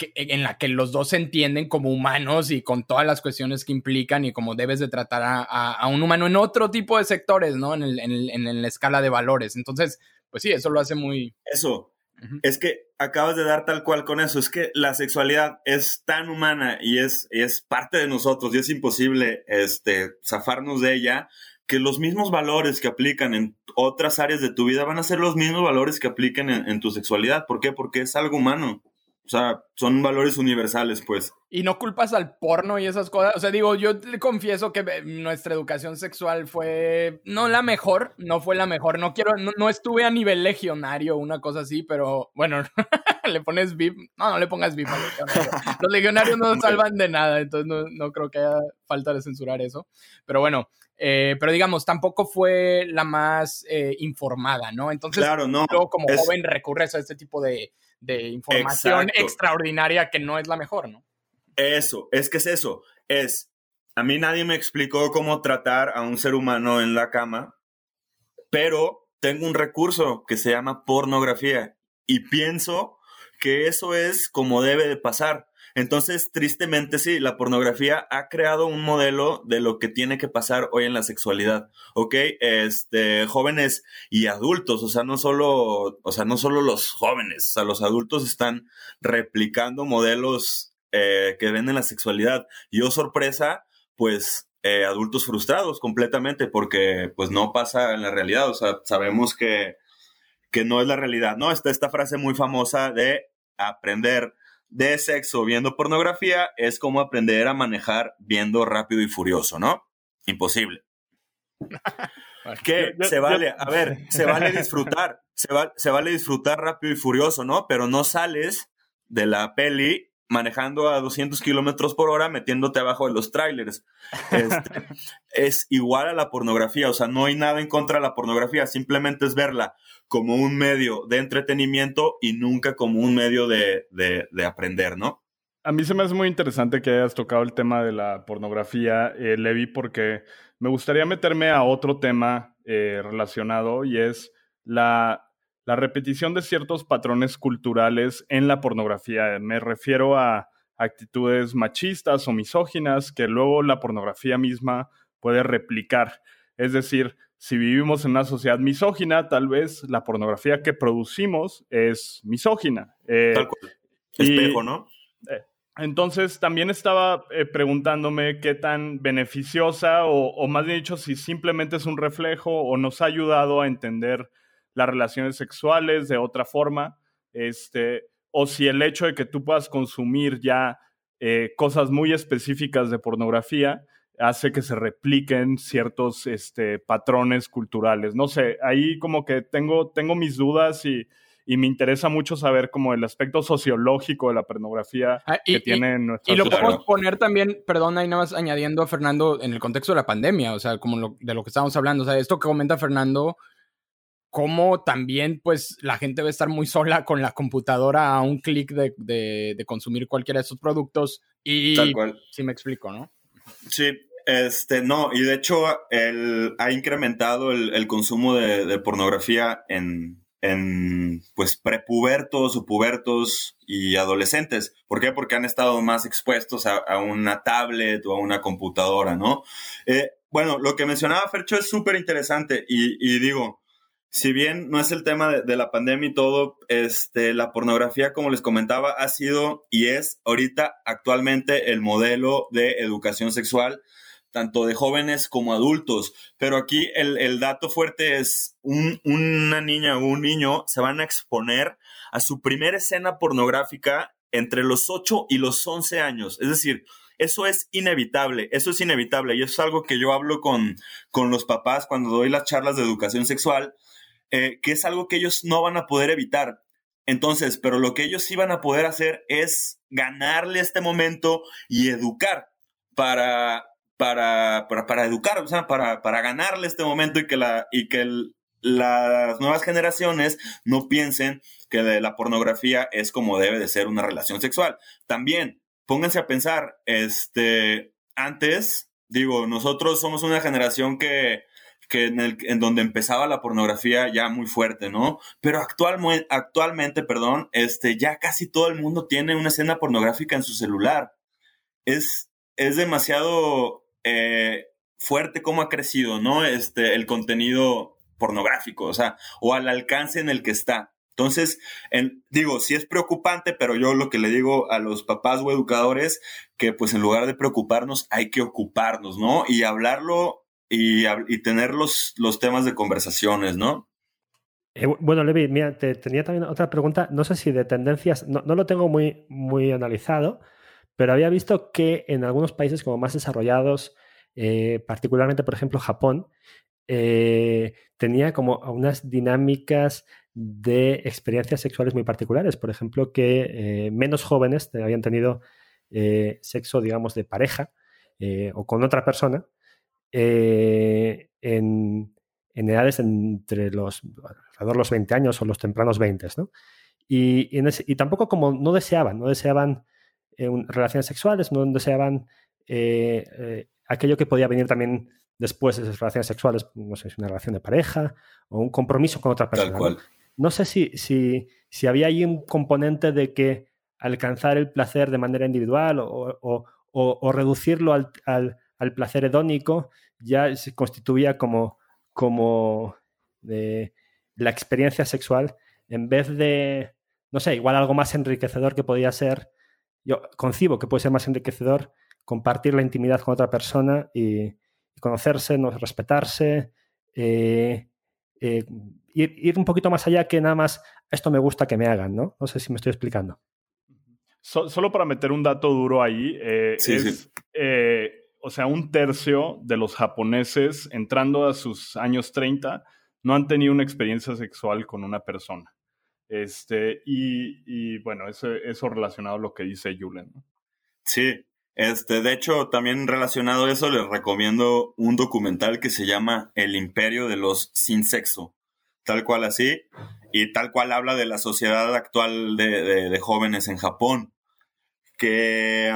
que, en la que los dos se entienden como humanos y con todas las cuestiones que implican y como debes de tratar a, a, a un humano en otro tipo de sectores, ¿no? En, el, en, el, en la escala de valores. Entonces, pues sí, eso lo hace muy... Eso, uh-huh. Es que acabas de dar tal cual con eso. Es que la sexualidad es tan humana y es, es parte de nosotros y es imposible este, zafarnos de ella, que los mismos valores que aplican en otras áreas de tu vida van a ser los mismos valores que apliquen en, en tu sexualidad. ¿Por qué? Porque es algo humano. O sea, son valores universales, pues. Y no culpas al porno y esas cosas. O sea, digo, yo te confieso que nuestra educación sexual fue no la mejor, no fue la mejor. No quiero, no, no estuve a nivel legionario, una cosa así, pero bueno, le pones V I P. No, no le pongas V I P al legionario. Los legionarios no salvan de nada, entonces no, no creo que haya falta de censurar eso. Pero bueno, eh, pero digamos, tampoco fue la más eh, informada, ¿no? Entonces, claro, no, luego como es... joven recurres a este tipo de, de información Exacto. extraordinaria que no es la mejor, ¿no? Eso, es que es eso, es, a mí nadie me explicó cómo tratar a un ser humano en la cama, pero tengo un recurso que se llama pornografía y pienso que eso es como debe de pasar. Entonces, tristemente sí, la pornografía ha creado un modelo de lo que tiene que pasar hoy en la sexualidad, ¿ok? Este, jóvenes y adultos, o sea, no solo, o sea, no solo los jóvenes, o sea, los adultos están replicando modelos Eh, que ven en la sexualidad. Y oh sorpresa, pues eh, adultos frustrados completamente porque pues no pasa en la realidad. O sea, sabemos que, que no es la realidad, ¿no? Está esta frase muy famosa de aprender de sexo viendo pornografía es como aprender a manejar viendo Rápido y Furioso, ¿no? Imposible. Que se vale, a ver, se vale disfrutar, se, va, se vale disfrutar Rápido y Furioso, ¿no? Pero no sales de la peli manejando a doscientos kilómetros por hora, metiéndote abajo de los trailers. Este, es igual a la pornografía, o sea, no hay nada en contra de la pornografía, simplemente es verla como un medio de entretenimiento y nunca como un medio de, de, de aprender, ¿no? A mí se me hace muy interesante que hayas tocado el tema de la pornografía, eh, Levi, porque me gustaría meterme a otro tema eh, relacionado y es la... la repetición de ciertos patrones culturales en la pornografía. Me refiero a actitudes machistas o misóginas que luego la pornografía misma puede replicar. Es decir, si vivimos en una sociedad misógina, tal vez la pornografía que producimos es misógina. Eh, Tal cual. Espejo, y, ¿no? Eh, entonces, también estaba eh, preguntándome qué tan beneficiosa o, o más bien dicho, si simplemente es un reflejo o nos ha ayudado a entender las relaciones sexuales de otra forma, este, o si el hecho de que tú puedas consumir ya eh, cosas muy específicas de pornografía hace que se repliquen ciertos este, patrones culturales. No sé, ahí como que tengo, tengo mis dudas y, y me interesa mucho saber como el aspecto sociológico de la pornografía ah, y, que tiene en nuestra Y lo sociedad. podemos poner también, perdón, ahí nada más añadiendo a Fernando, en el contexto de la pandemia, o sea, como lo, de lo que estábamos hablando, o sea, esto que comenta Fernando, cómo también, pues, la gente va a estar muy sola con la computadora a un clic de, de, de consumir cualquiera de estos productos y... Tal cual. Sí me explico, ¿no? Sí, este, no, y de hecho el, ha incrementado el, el consumo de, de pornografía en, en, pues, prepubertos o pubertos y adolescentes. ¿Por qué? Porque han estado más expuestos a, a una tablet o a una computadora, ¿no? Eh, bueno, lo que mencionaba Fercho es súper interesante y, y digo... Si bien no es el tema de, de la pandemia y todo, este, la pornografía, como les comentaba, ha sido y es ahorita actualmente el modelo de educación sexual, tanto de jóvenes como adultos. Pero aquí el, el dato fuerte es un, una niña o un niño se van a exponer a su primera escena pornográfica entre los ocho y los once años. Es decir, eso es inevitable, eso es inevitable. Y eso es algo que yo hablo con, con los papás cuando doy las charlas de educación sexual. Eh, que es algo que ellos no van a poder evitar. Entonces, pero lo que ellos sí van a poder hacer es ganarle este momento y educar para, para, para, para educar, o sea, para, para ganarle este momento y que, la, y que el, las nuevas generaciones no piensen que la pornografía es como debe de ser una relación sexual. También, pónganse a pensar, este, antes, digo, nosotros somos una generación que que en, el, en donde empezaba la pornografía ya muy fuerte, ¿no? Pero actual, actualmente, perdón, este, ya casi todo el mundo tiene una escena pornográfica en su celular. Es, es demasiado eh, fuerte cómo ha crecido, ¿no? Este, el contenido pornográfico, o sea, o al alcance en el que está. Entonces, en, digo, sí es preocupante, pero yo lo que le digo a los papás o educadores, que pues en lugar de preocuparnos, hay que ocuparnos, ¿no? Y hablarlo y, y tener los, los temas de conversaciones, ¿no? Eh, bueno, Levi, mira, te, tenía también otra pregunta, no sé si de tendencias, no, no lo tengo muy, muy analizado, pero había visto que en algunos países como más desarrollados, eh, particularmente, por ejemplo, Japón, eh, tenía como unas dinámicas de experiencias sexuales muy particulares. Por ejemplo, que eh, menos jóvenes habían tenido eh, sexo, digamos, de pareja eh, o con otra persona eh, en, en edades entre los, alrededor de los veinte años o los tempranos veinte, ¿no? Y, y, en ese, y tampoco como no deseaban, no deseaban eh, un, relaciones sexuales, no deseaban eh, eh, aquello que podía venir también después de esas relaciones sexuales, no sé si una relación de pareja o un compromiso con otra persona. Tal cual. ¿no? No sé si, si, si había ahí un componente de que alcanzar el placer de manera individual o, o, o, o reducirlo al, al, al placer hedónico ya se constituía como, como de la experiencia sexual en vez de, no sé, igual algo más enriquecedor que podía ser, yo concibo que puede ser más enriquecedor compartir la intimidad con otra persona y, y conocerse, no, respetarse, eh, eh, ir, ir un poquito más allá que nada más esto me gusta que me hagan, ¿no? No sé si me estoy explicando. So, solo para meter un dato duro ahí, eh, sí, es, sí. Eh, o sea, un tercio de los japoneses entrando a sus años treinta no han tenido una experiencia sexual con una persona. Este, y, y bueno, eso, eso relacionado a lo que dice Julen, ¿no? Sí, este, de hecho, también relacionado a eso, les recomiendo un documental que se llama El Imperio de los Sin Sexo, tal cual así, y tal cual habla de la sociedad actual de, de, de jóvenes en Japón, que,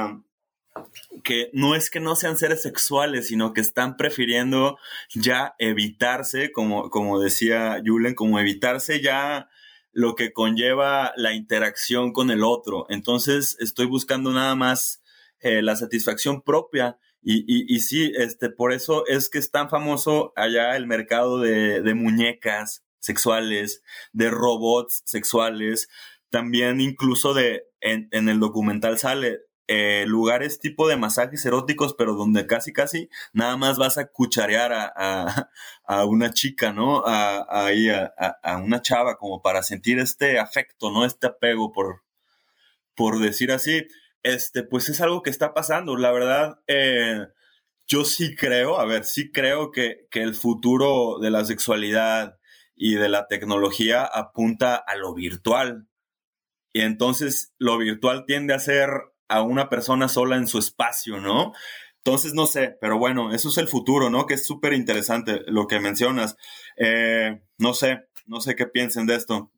que no es que no sean seres sexuales, sino que están prefiriendo ya evitarse, como, como decía Julen, como evitarse ya lo que conlleva la interacción con el otro. Entonces estoy buscando nada más eh, la satisfacción propia y, y, y sí, este, por eso es que es tan famoso allá el mercado de, de muñecas sexuales, de robots sexuales, también incluso de, en, en el documental sale eh, lugares tipo de masajes eróticos, pero donde casi casi nada más vas a cucharear a, a, a una chica, ¿no? A, a, a, a una chava, como para sentir este afecto, ¿no? Este apego, por, por decir así. Este, pues es algo que está pasando. La verdad, eh, yo sí creo, a ver, sí creo que, que el futuro de la sexualidad y de la tecnología apunta a lo virtual. Y entonces lo virtual tiende a ser a una persona sola en su espacio, ¿no? Entonces, no sé, pero bueno, eso es el futuro, ¿no? Que es súper interesante lo que mencionas. Eh, no sé, no sé qué piensen de esto.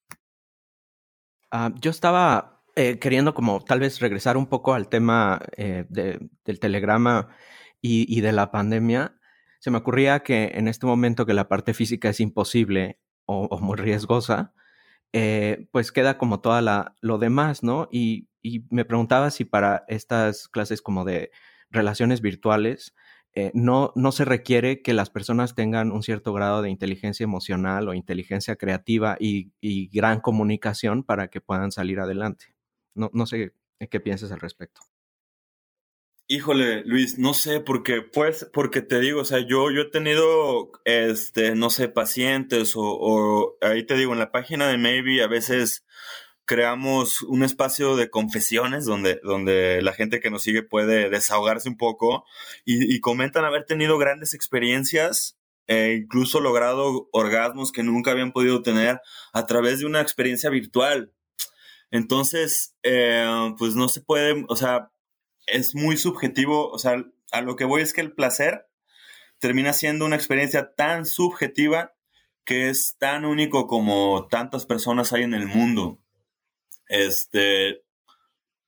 Uh, yo estaba eh, queriendo como tal vez regresar un poco al tema eh, de, del telegrama y, y de la pandemia. Se me ocurría que en este momento que la parte física es imposible o, o muy riesgosa, eh, pues queda como toda la, lo demás, ¿no? Y, y me preguntaba si para estas clases como de relaciones virtuales eh, no, no se requiere que las personas tengan un cierto grado de inteligencia emocional o inteligencia creativa y, y gran comunicación para que puedan salir adelante. No, no sé qué piensas al respecto. Híjole, Luis, no sé, porque pues, porque te digo, o sea, yo, yo he tenido, este, no sé, pacientes o, o ahí te digo, en la página de Maybe a veces creamos un espacio de confesiones donde, donde la gente que nos sigue puede desahogarse un poco y, y comentan haber tenido grandes experiencias e incluso logrado orgasmos que nunca habían podido tener a través de una experiencia virtual. Entonces, eh, pues no se puede, o sea, es muy subjetivo, o sea, a lo que voy es que el placer termina siendo una experiencia tan subjetiva que es tan único como tantas personas hay en el mundo. Este,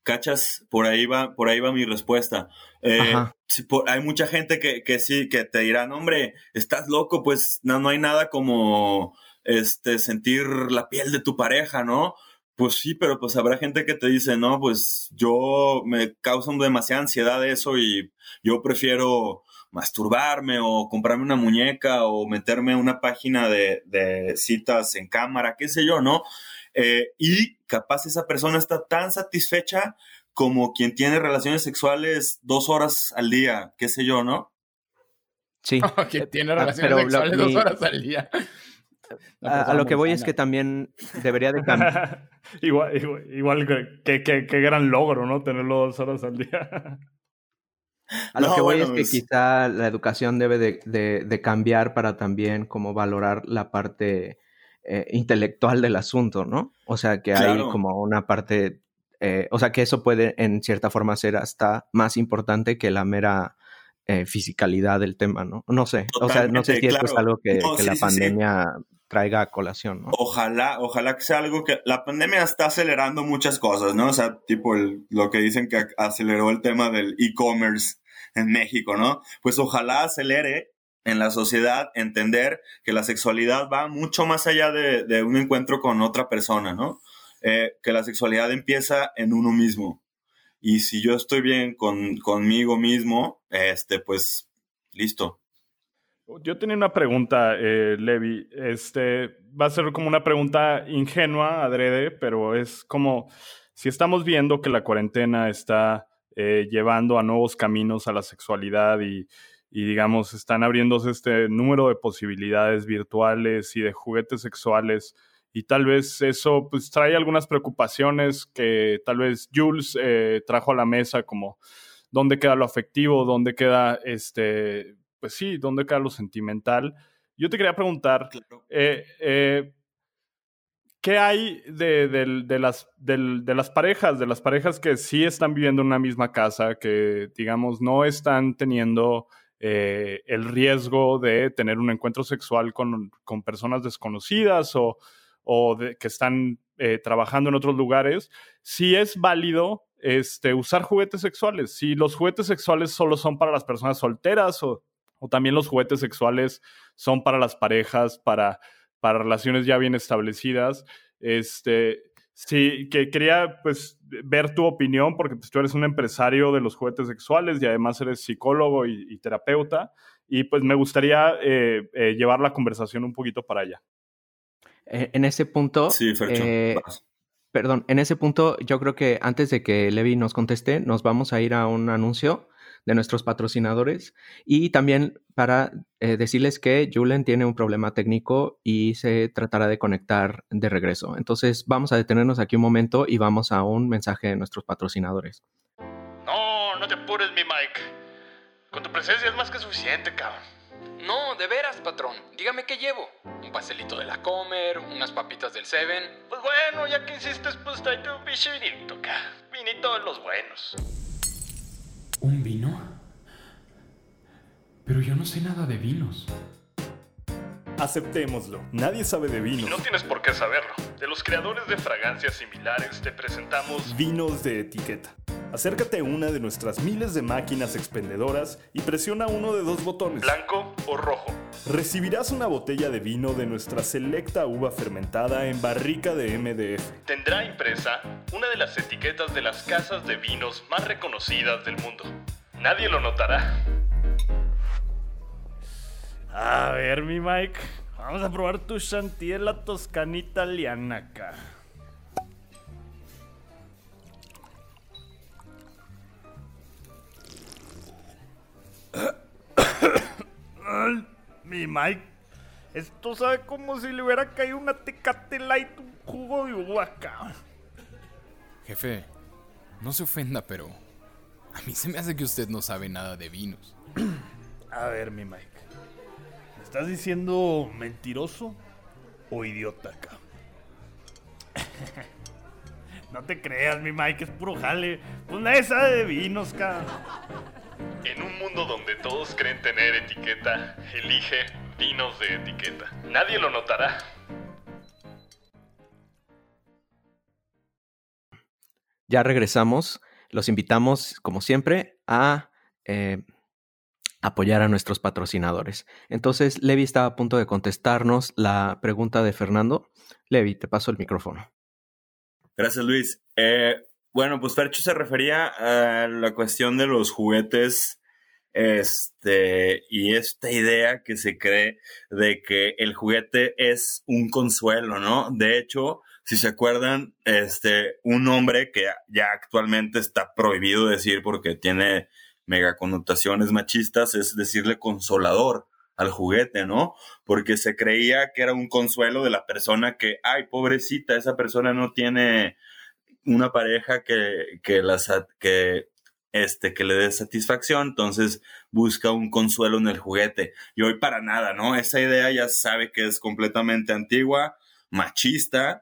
¿Cachas? Por ahí va, por ahí va mi respuesta. Eh, si por, hay mucha gente que, que sí, que te dirán, hombre, estás loco, pues no, no hay nada como este sentir la piel de tu pareja, ¿no? Pues sí, pero pues habrá gente que te dice, no, pues yo me causa demasiada ansiedad eso y yo prefiero masturbarme o comprarme una muñeca o meterme a una página de, de citas en cámara, qué sé yo, ¿no? Eh, y capaz esa persona está tan satisfecha como quien tiene relaciones sexuales dos horas al día, qué sé yo, ¿no? Sí. Que tiene relaciones Pero sexuales lo, dos mi, horas al día. A, a lo que voy sana. Es que también debería de cambiar. igual, igual, igual que, que, que gran logro, ¿no? Tenerlo dos horas al día. A lo no, que voy bueno, es que es... quizá la educación debe de, de, de cambiar para también como valorar la parte eh, intelectual del asunto, ¿no? O sea, que claro. hay como una parte, eh, o sea, que eso puede en cierta forma ser hasta más importante que la mera eh, fisicalidad del tema, ¿no? No sé, Totalmente, o sea, no sé si claro. esto es algo que, no, que sí, la sí, pandemia sí. traiga a colación, ¿no? Ojalá, ojalá que sea algo que... La pandemia está acelerando muchas cosas, ¿no? O sea, tipo el, lo que dicen que aceleró el tema del e-commerce en México, ¿no? Pues ojalá acelere en la sociedad entender que la sexualidad va mucho más allá de, de un encuentro con otra persona, ¿no? Eh, que la sexualidad empieza en uno mismo. Y si yo estoy bien con, conmigo mismo, este, pues, listo. Yo tenía una pregunta, eh, Levi. Este, va a ser como una pregunta ingenua, adrede, pero es como si estamos viendo que la cuarentena está eh, llevando a nuevos caminos a la sexualidad y, y, digamos, están abriéndose este número de posibilidades virtuales y de juguetes sexuales. Y tal vez eso pues trae algunas preocupaciones que tal vez Jules eh, trajo a la mesa, como dónde queda lo afectivo, dónde queda, este, pues sí, dónde queda lo sentimental. Yo te quería preguntar, claro. eh, eh, ¿qué hay de, de, de, las, de, de las parejas, de las parejas que sí están viviendo en una misma casa, que digamos no están teniendo eh, el riesgo de tener un encuentro sexual con, con personas desconocidas o o de, que están eh, trabajando en otros lugares, si es válido este, usar juguetes sexuales? Si los juguetes sexuales solo son para las personas solteras o, o también los juguetes sexuales son para las parejas, para, para relaciones ya bien establecidas. Este, sí, que quería pues ver tu opinión, porque pues, tú eres un empresario de los juguetes sexuales y además eres psicólogo y, y terapeuta, y pues me gustaría eh, eh, llevar la conversación un poquito para allá. En ese punto, sí, Fercho, eh, perdón, en ese punto yo creo que antes de que Levi nos conteste, nos vamos a ir a un anuncio de nuestros patrocinadores y también para eh, decirles que Julen tiene un problema técnico y se tratará de conectar de regreso. Entonces vamos a detenernos aquí un momento y vamos a un mensaje de nuestros patrocinadores. No, no te apures, mi Mike. Con tu presencia es más que suficiente, cabrón. No, de veras, patrón. Dígame qué llevo. Un pastelito de la Comer, unas papitas del Seven. Pues bueno, ya que insistes, pues tráete un pinche vinito acá. Vinito de los buenos. ¿Un vino? Pero yo no sé nada de vinos. Aceptémoslo. Nadie sabe de vinos. Y no tienes por qué saberlo. De los creadores de fragancias similares te presentamos Vinos de Etiqueta. Acércate a una de nuestras miles de máquinas expendedoras y presiona uno de dos botones, blanco o rojo. Recibirás una botella de vino de nuestra selecta uva fermentada en barrica de M D F. Tendrá impresa una de las etiquetas de las casas de vinos más reconocidas del mundo. Nadie lo notará. A ver, mi Mike, vamos a probar tu Chantilly la Toscana italiana acá. Ay, mi Mike, esto sabe como si le hubiera caído una Tecate Light, un jugo de uva acá. Jefe, no se ofenda, pero a mí se me hace que usted no sabe nada de vinos. A ver, mi Mike, ¿me estás diciendo mentiroso o idiota acá? No te creas, mi Mike, es puro jale. Pues nadie sabe de vinos, cabrón. En un mundo donde todos creen tener etiqueta, elige vinos de etiqueta. Nadie lo notará. Ya regresamos. Los invitamos, como siempre, a eh, apoyar a nuestros patrocinadores. Entonces, Levi estaba a punto de contestarnos la pregunta de Fernando. Levi, te paso el micrófono. Gracias, Luis. Eh, bueno, pues Fercho se refería a la cuestión de los juguetes, este, y esta idea que se cree de que el juguete es un consuelo, ¿no? De hecho, si se acuerdan, este, un nombre que ya actualmente está prohibido decir porque tiene mega connotaciones machistas es decirle consolador al juguete, ¿no? Porque se creía que era un consuelo de la persona que, ay, pobrecita, esa persona no tiene una pareja que, que, la, que, este, que le dé satisfacción, entonces busca un consuelo en el juguete. Y hoy para nada, ¿no? Esa idea ya sabe que es completamente antigua, machista,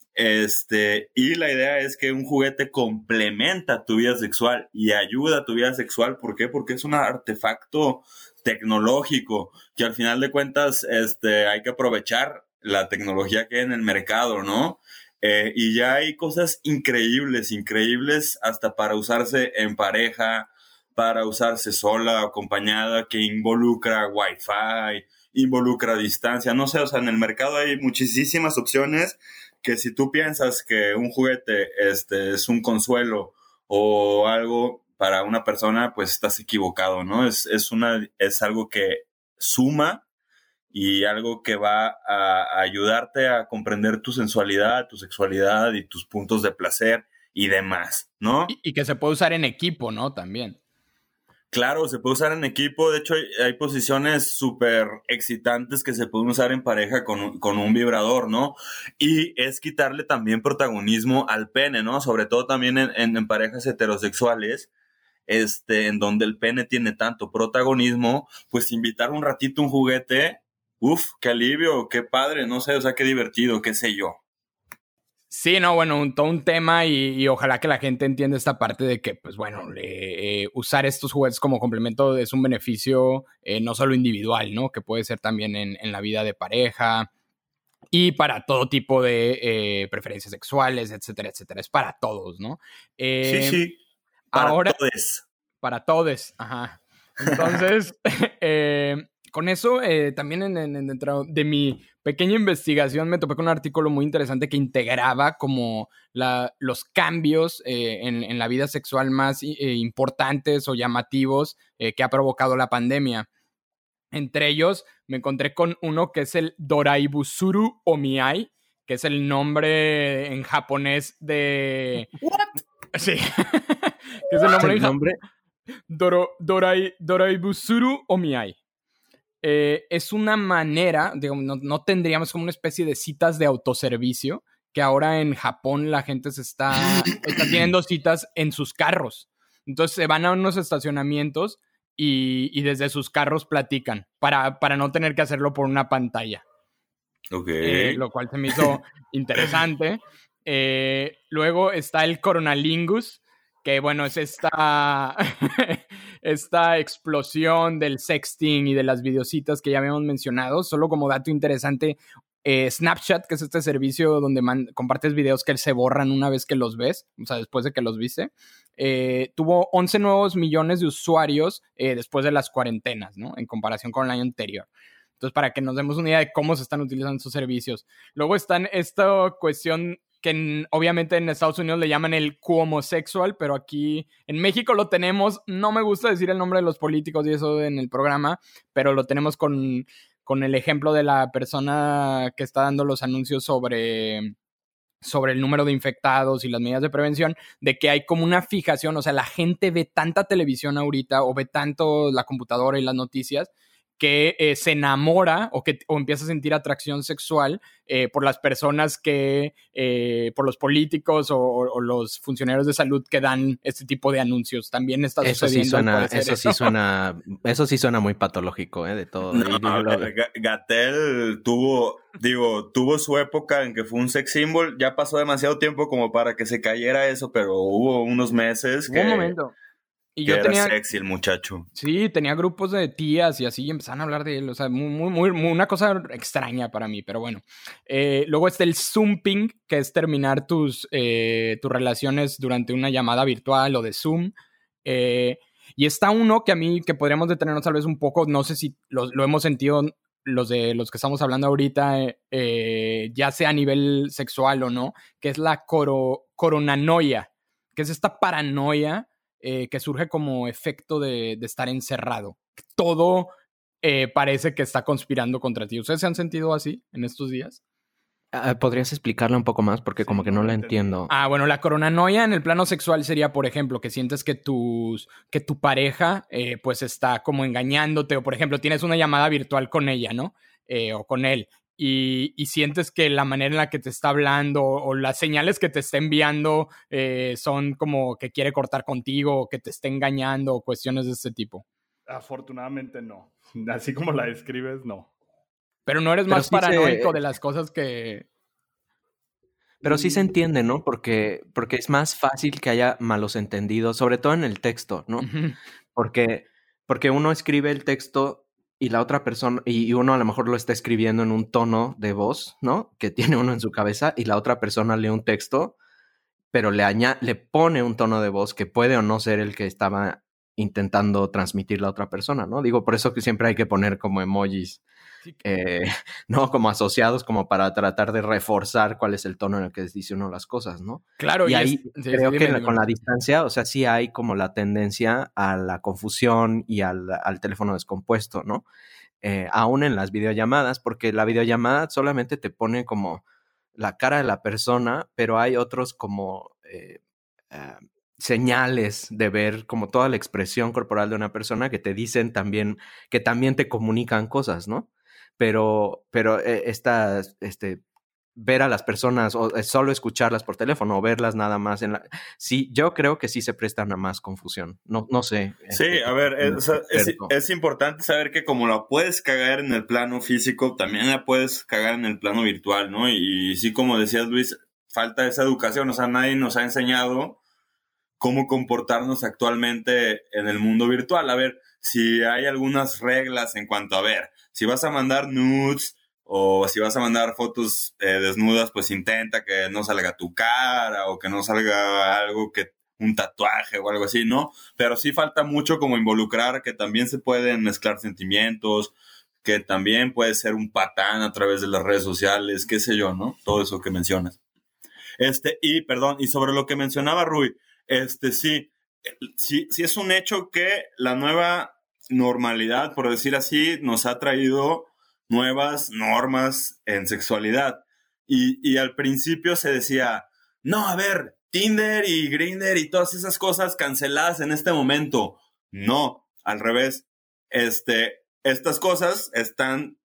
este, y la idea es que un juguete complementa tu vida sexual y ayuda a tu vida sexual. ¿Por qué? Porque es un artefacto tecnológico que al final de cuentas este, hay que aprovechar la tecnología que hay en el mercado, ¿no? Eh, y ya hay cosas increíbles, increíbles hasta para usarse en pareja, para usarse sola o acompañada, que involucra Wi-Fi, involucra distancia, no sé, o sea, en el mercado hay muchísimas opciones que si tú piensas que un juguete este, es un consuelo o algo para una persona, pues estás equivocado, ¿no? Es, es, una, es algo que suma y algo que va a ayudarte a comprender tu sensualidad, tu sexualidad y tus puntos de placer y demás, ¿no? Y, y que se puede usar en equipo, ¿no? También. Claro, se puede usar en equipo. De hecho, hay, hay posiciones súper excitantes que se pueden usar en pareja con un, con un vibrador, ¿no? Y es quitarle también protagonismo al pene, ¿no? Sobre todo también en, en, en parejas heterosexuales, este, en donde el pene tiene tanto protagonismo, pues invitar un ratito un juguete, uf, qué alivio, qué padre, no sé, o sea, qué divertido, qué sé yo. Sí, no, bueno, un, todo un tema y, y ojalá que la gente entienda esta parte de que, pues bueno, eh, usar estos juguetes como complemento es un beneficio eh, no solo individual, ¿no? Que puede ser también en, en la vida de pareja y para todo tipo de eh, preferencias sexuales, etcétera, etcétera. Es para todos, ¿no? Eh, sí, sí, para ahora, todos. Para todos, ajá. Entonces, eh, con eso, eh, también en, en, dentro de mi pequeña investigación me topé con un artículo muy interesante que integraba como la, los cambios eh, en, en la vida sexual más eh, importantes o llamativos eh, que ha provocado la pandemia. Entre ellos me encontré con uno que es el Doraibusuru Omiai, que es el nombre en japonés de... ¿What? Sí. Que es el nombre ¿El en nombre? Doro, Dorai, Doraibusuru Omiai. Eh, es una manera, digamos, no, no tendríamos como una especie de citas de autoservicio, que ahora en Japón la gente se está, está teniendo citas en sus carros. Entonces se van a unos estacionamientos y, y desde sus carros platican para, para no tener que hacerlo por una pantalla. Ok. Eh, lo cual se me hizo interesante. Eh, luego está el Coronalingus, que bueno, es esta, esta explosión del sexting y de las videocitas que ya habíamos mencionado. Solo como dato interesante, eh, Snapchat, que es este servicio donde man- compartes videos que se borran una vez que los ves, o sea, después de que los viste, eh, tuvo once nuevos millones de usuarios eh, después de las cuarentenas, ¿no? En comparación con el año anterior. Entonces, para que nos demos una idea de cómo se están utilizando sus servicios. Luego están esta cuestión que en, obviamente en Estados Unidos le llaman el homosexual, pero aquí en México lo tenemos. No me gusta decir el nombre de los políticos y eso en el programa, pero lo tenemos con, con el ejemplo de la persona que está dando los anuncios sobre, sobre el número de infectados y las medidas de prevención, de que hay como una fijación, o sea, la gente ve tanta televisión ahorita o ve tanto la computadora y las noticias que eh, se enamora o que o empieza a sentir atracción sexual eh, por las personas que, eh, por los políticos o, o los funcionarios de salud que dan este tipo de anuncios. También está eso sucediendo. Sí suena, eso, eso sí suena, eso sí suena muy patológico, ¿eh? De todo. No, Gatell tuvo, digo, tuvo su época en que fue un sex symbol. Ya pasó demasiado tiempo como para que se cayera eso, pero hubo unos meses que... Un momento. Y que yo era tenía, sexy el muchacho. sí, tenía grupos de tías y así y empezaron a hablar de él. O sea, muy, muy, muy, muy- una cosa extraña para mí, pero bueno. Eh, luego está el Zooming, que es terminar tus, eh, tus relaciones durante una llamada virtual o de Zoom. Eh, y está uno que a mí, que podríamos detenernos tal vez un poco, no sé si lo, lo hemos sentido los de los que estamos hablando ahorita, eh, eh, ya sea a nivel sexual o no, que es la coro, coronanoia, que es esta paranoia eh, que surge como efecto de, de estar encerrado. Todo eh, parece que está conspirando contra ti. ¿Ustedes se han sentido así en estos días? Ah, ¿podrías explicarla un poco más? Porque Sí, como que no no lo la entendí. entiendo. Ah, bueno, la coronanoia en el plano sexual sería, por ejemplo, que sientes que, tus, que tu pareja eh, pues está como engañándote, o por ejemplo, tienes una llamada virtual con ella, ¿no? Eh, o con él, y, y sientes que la manera en la que te está hablando o, o las señales que te está enviando eh, son como que quiere cortar contigo, o que te está engañando, o cuestiones de este tipo. Afortunadamente no. Así como la describes, no. Pero no eres Pero más sí se- paranoico de las cosas que... Pero sí se entiende, ¿no? Porque, porque es más fácil que haya malos entendidos, sobre todo en el texto, ¿no? Ujú. Porque, porque uno escribe el texto y la otra persona, y, y uno a lo mejor lo está escribiendo en un tono de voz, ¿no? Que tiene uno en su cabeza, y la otra persona lee un texto, pero le aña- le pone un tono de voz que puede o no ser el que estaba intentando transmitir la otra persona, ¿no? Digo, por eso que siempre hay que poner como emojis, Sí, eh, ¿no? Como asociados, como para tratar de reforzar cuál es el tono en el que dice uno las cosas, ¿no? claro, Y y ahí es... sí, creo sí, que dime, la- dime. con la distancia, o sea, sí hay como la tendencia a la confusión y al, al teléfono descompuesto, ¿no? Eh, aún en las videollamadas, porque la videollamada solamente te pone como la cara de la persona, pero hay otros como eh, eh, señales de ver como toda la expresión corporal de una persona que te dicen también, que también te comunican cosas, ¿no? Pero, pero eh, estas, este, ver a las personas o eh, solo escucharlas por teléfono o verlas nada más en la... Sí, yo creo que sí se prestan a más confusión. No, no sé. Sí, este, a ver, es, como o sea, es, experto. es importante saber que como la puedes cagar en el plano físico, también la puedes cagar en el plano virtual, ¿no? Y, y sí, como decías, Luis, falta esa educación, o sea, nadie nos ha enseñado cómo comportarnos actualmente en el mundo virtual. A ver, si hay algunas reglas en cuanto a ver, si vas a mandar nudes o si vas a mandar fotos eh, desnudas, pues intenta que no salga tu cara o que no salga algo que un tatuaje o algo así, ¿no? Pero sí falta mucho como involucrar que también se pueden mezclar sentimientos, que también puede ser un patán a través de las redes sociales, qué sé yo, ¿no? Todo eso que mencionas. Este, y perdón, y sobre lo que mencionaba Rui, este, sí, sí, sí es un hecho que la nueva normalidad, por decir así, nos ha traído nuevas normas en sexualidad. Y, y al principio se decía, no, a ver, Tinder y Grindr y todas esas cosas canceladas en este momento. No, al revés. Este, estas cosas están,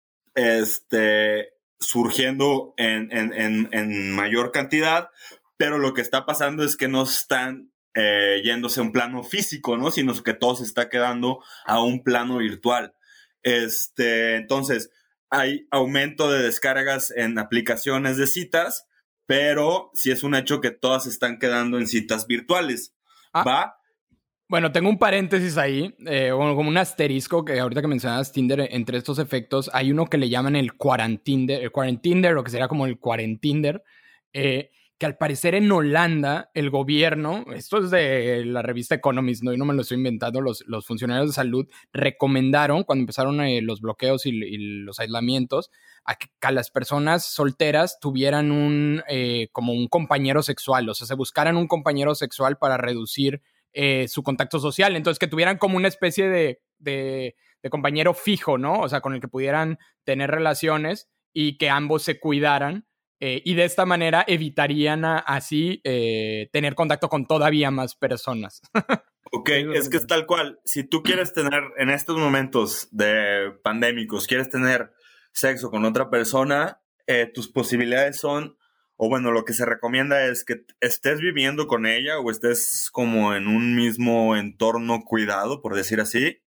este, surgiendo en, en, en, en mayor cantidad, pero lo que está pasando es que no están eh, yéndose a un plano físico, ¿no? Sino que todo se está quedando a un plano virtual. Este, entonces, hay aumento de descargas en aplicaciones de citas, pero sí es un hecho que todas están quedando en citas virtuales. Ah. ¿Va? Bueno, tengo un paréntesis ahí, eh, bueno, como un asterisco, que ahorita que mencionabas Tinder, entre estos efectos, hay uno que le llaman el Quarantinder, el Quarantinder, o que sería como el Quarentinder, eh, que al parecer en Holanda, el gobierno, esto es de la revista Economist, no, yo no me lo estoy inventando, los, los funcionarios de salud recomendaron, cuando empezaron eh, los bloqueos y, y los aislamientos, a que, a las personas solteras tuvieran un, eh, como un compañero sexual, o sea, se buscaran un compañero sexual para reducir Eh, su contacto social, entonces que tuvieran como una especie de, de, de compañero fijo, ¿no? O sea, con el que pudieran tener relaciones y que ambos se cuidaran eh, y de esta manera evitarían a, así eh, tener contacto con todavía más personas. Ok, es que es tal cual. Si tú quieres tener en estos momentos de pandémicos, quieres tener sexo con otra persona, eh, tus posibilidades son, o bueno, lo que se recomienda es que estés viviendo con ella o estés como en un mismo entorno cuidado, por decir así.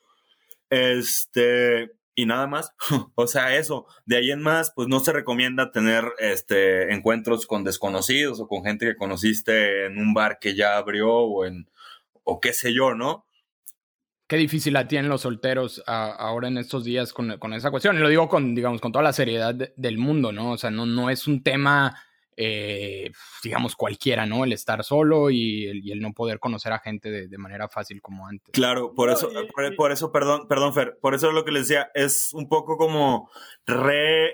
Este, y nada más. O sea, eso. De ahí en más, pues no se recomienda tener este, encuentros con desconocidos o con gente que conociste en un bar que ya abrió o en o qué sé yo, ¿no? Qué difícil la tienen los solteros a, ahora en estos días con, con esa cuestión. Y lo digo con, digamos, con toda la seriedad de, del mundo, ¿no? O sea, no, no es un tema, eh, digamos, cualquiera, ¿no? El estar solo y el, y el no poder conocer a gente de, de manera fácil como antes. Claro, por No, eso, y- por, y- por eso, perdón, perdón, Fer, por eso es lo que les decía, es un poco como re,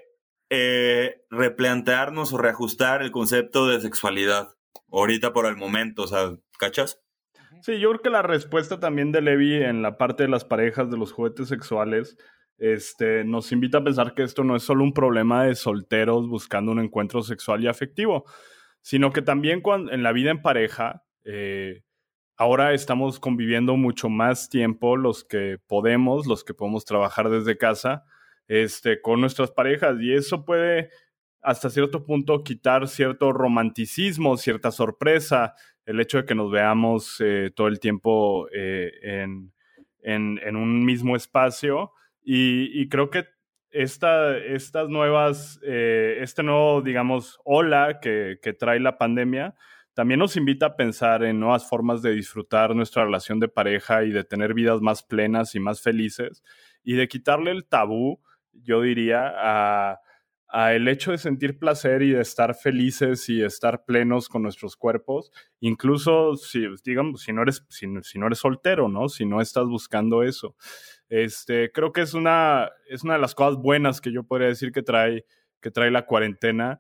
eh, replantearnos o reajustar el concepto de sexualidad. Ahorita por el momento, o sea, ¿cachas? Sí, yo creo que la respuesta también de Levi en la parte de las parejas, de los juguetes sexuales, este, nos invita a pensar que esto no es solo un problema de solteros buscando un encuentro sexual y afectivo, sino que también cuando, en la vida en pareja, eh, ahora estamos conviviendo mucho más tiempo los que podemos, los que podemos trabajar desde casa, este, con nuestras parejas, y eso puede hasta cierto punto quitar cierto romanticismo, cierta sorpresa, el hecho de que nos veamos eh, todo el tiempo eh, en, en, en un mismo espacio, y, y creo que esta, estas nuevas, eh, este nuevo, digamos, ola que, que trae la pandemia, también nos invita a pensar en nuevas formas de disfrutar nuestra relación de pareja y de tener vidas más plenas y más felices, y de quitarle el tabú, yo diría, a, a el hecho de sentir placer y de estar felices y de estar plenos con nuestros cuerpos, incluso si, digamos, si no eres, si, si no eres soltero, ¿no? Si no estás buscando eso. Este, creo que es una, es una de las cosas buenas que yo podría decir que trae, que trae la cuarentena,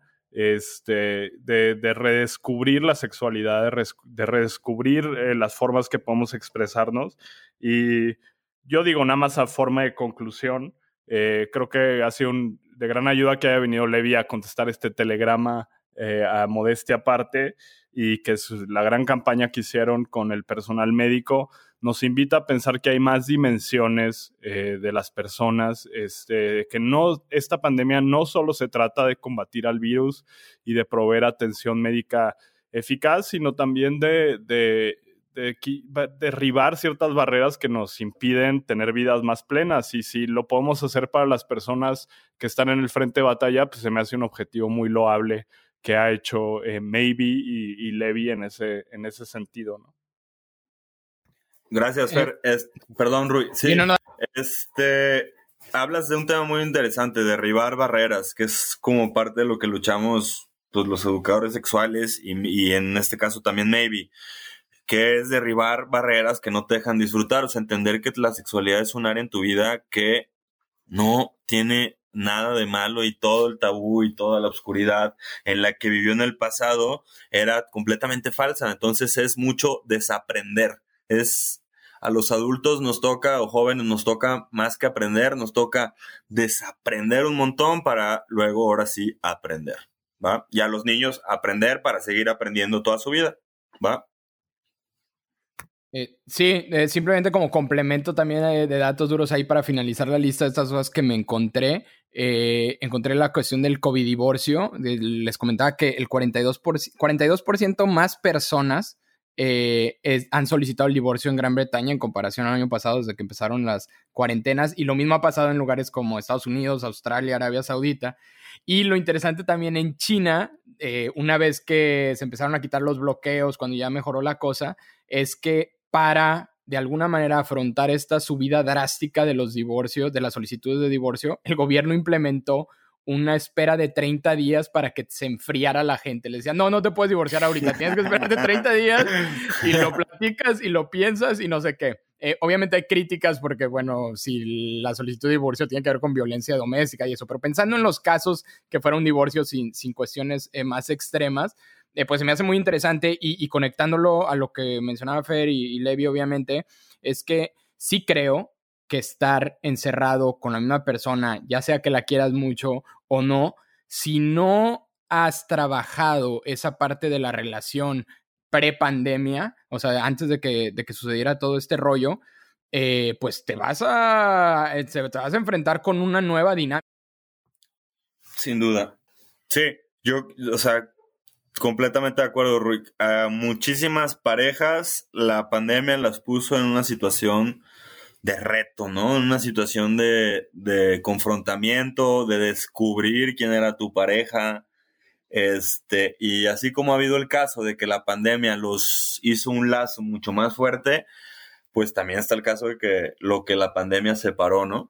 este, de, de redescubrir la sexualidad, de, res, de redescubrir eh, las formas que podemos expresarnos. Y yo digo, nada más a forma de conclusión, eh, creo que ha sido un, de gran ayuda que haya venido Levi a contestar este telegrama eh, a modestia aparte, y que su, la gran campaña que hicieron con el personal médico nos invita a pensar que hay más dimensiones eh, de las personas, este, que no, esta pandemia no solo se trata de combatir al virus y de proveer atención médica eficaz, sino también de, de, de, de derribar ciertas barreras que nos impiden tener vidas más plenas. Y si lo podemos hacer para las personas que están en el frente de batalla, pues se me hace un objetivo muy loable que ha hecho eh, Maybe y, y Levi en ese, en ese sentido, ¿no? Gracias, Fer. Eh, es, perdón, Rui. Sí, sí no, no. este, hablas de un tema muy interesante, derribar barreras, que es como parte de lo que luchamos pues, los educadores sexuales y, y en este caso también Maybe, que es derribar barreras que no te dejan disfrutar, o sea, entender que la sexualidad es un área en tu vida que no tiene nada de malo y todo el tabú y toda la oscuridad en la que vivió en el pasado era completamente falsa. Entonces es mucho desaprender. Es a los adultos nos toca, o jóvenes nos toca más que aprender, nos toca desaprender un montón para luego ahora sí aprender, ¿va? Y a los niños aprender para seguir aprendiendo toda su vida, ¿va? Eh, sí, eh, simplemente como complemento también de, de datos duros ahí para finalizar la lista de estas cosas que me encontré. Eh, encontré la cuestión del COVID divorcio. De, les comentaba que el cuarenta y dos por ciento, cuarenta y dos por ciento más personas eh, es, han solicitado el divorcio en Gran Bretaña en comparación al año pasado desde que empezaron las cuarentenas, y lo mismo ha pasado en lugares como Estados Unidos, Australia, Arabia Saudita. Y lo interesante también en China, eh, una vez que se empezaron a quitar los bloqueos, cuando ya mejoró la cosa, es que para, de alguna manera, afrontar esta subida drástica de los divorcios, de las solicitudes de divorcio, el gobierno implementó una espera de treinta días para que se enfriara la gente. Le decían, no, no te puedes divorciar ahorita, tienes que esperarte treinta días y lo platicas y lo piensas y no sé qué. Eh, obviamente hay críticas porque, bueno, si la solicitud de divorcio tiene que ver con violencia doméstica y eso, pero pensando en los casos que fuera un divorcio sin, sin cuestiones eh, más extremas, Eh, pues se me hace muy interesante, y, y conectándolo a lo que mencionaba Fer y, y Levi, obviamente, es que sí creo que estar encerrado con la misma persona, ya sea que la quieras mucho o no, si no has trabajado esa parte de la relación pre-pandemia, o sea, antes de que, de que sucediera todo este rollo, eh, pues te vas a, te vas a enfrentar con una nueva dinámica. Sin duda. Sí, yo, o sea, completamente de acuerdo, Rui. A muchísimas parejas la pandemia las puso en una situación de reto, ¿no? En una situación de, de confrontamiento, de descubrir quién era tu pareja. Este, y así como ha habido el caso de que la pandemia los hizo un lazo mucho más fuerte, pues también está el caso de que lo que la pandemia separó, ¿no?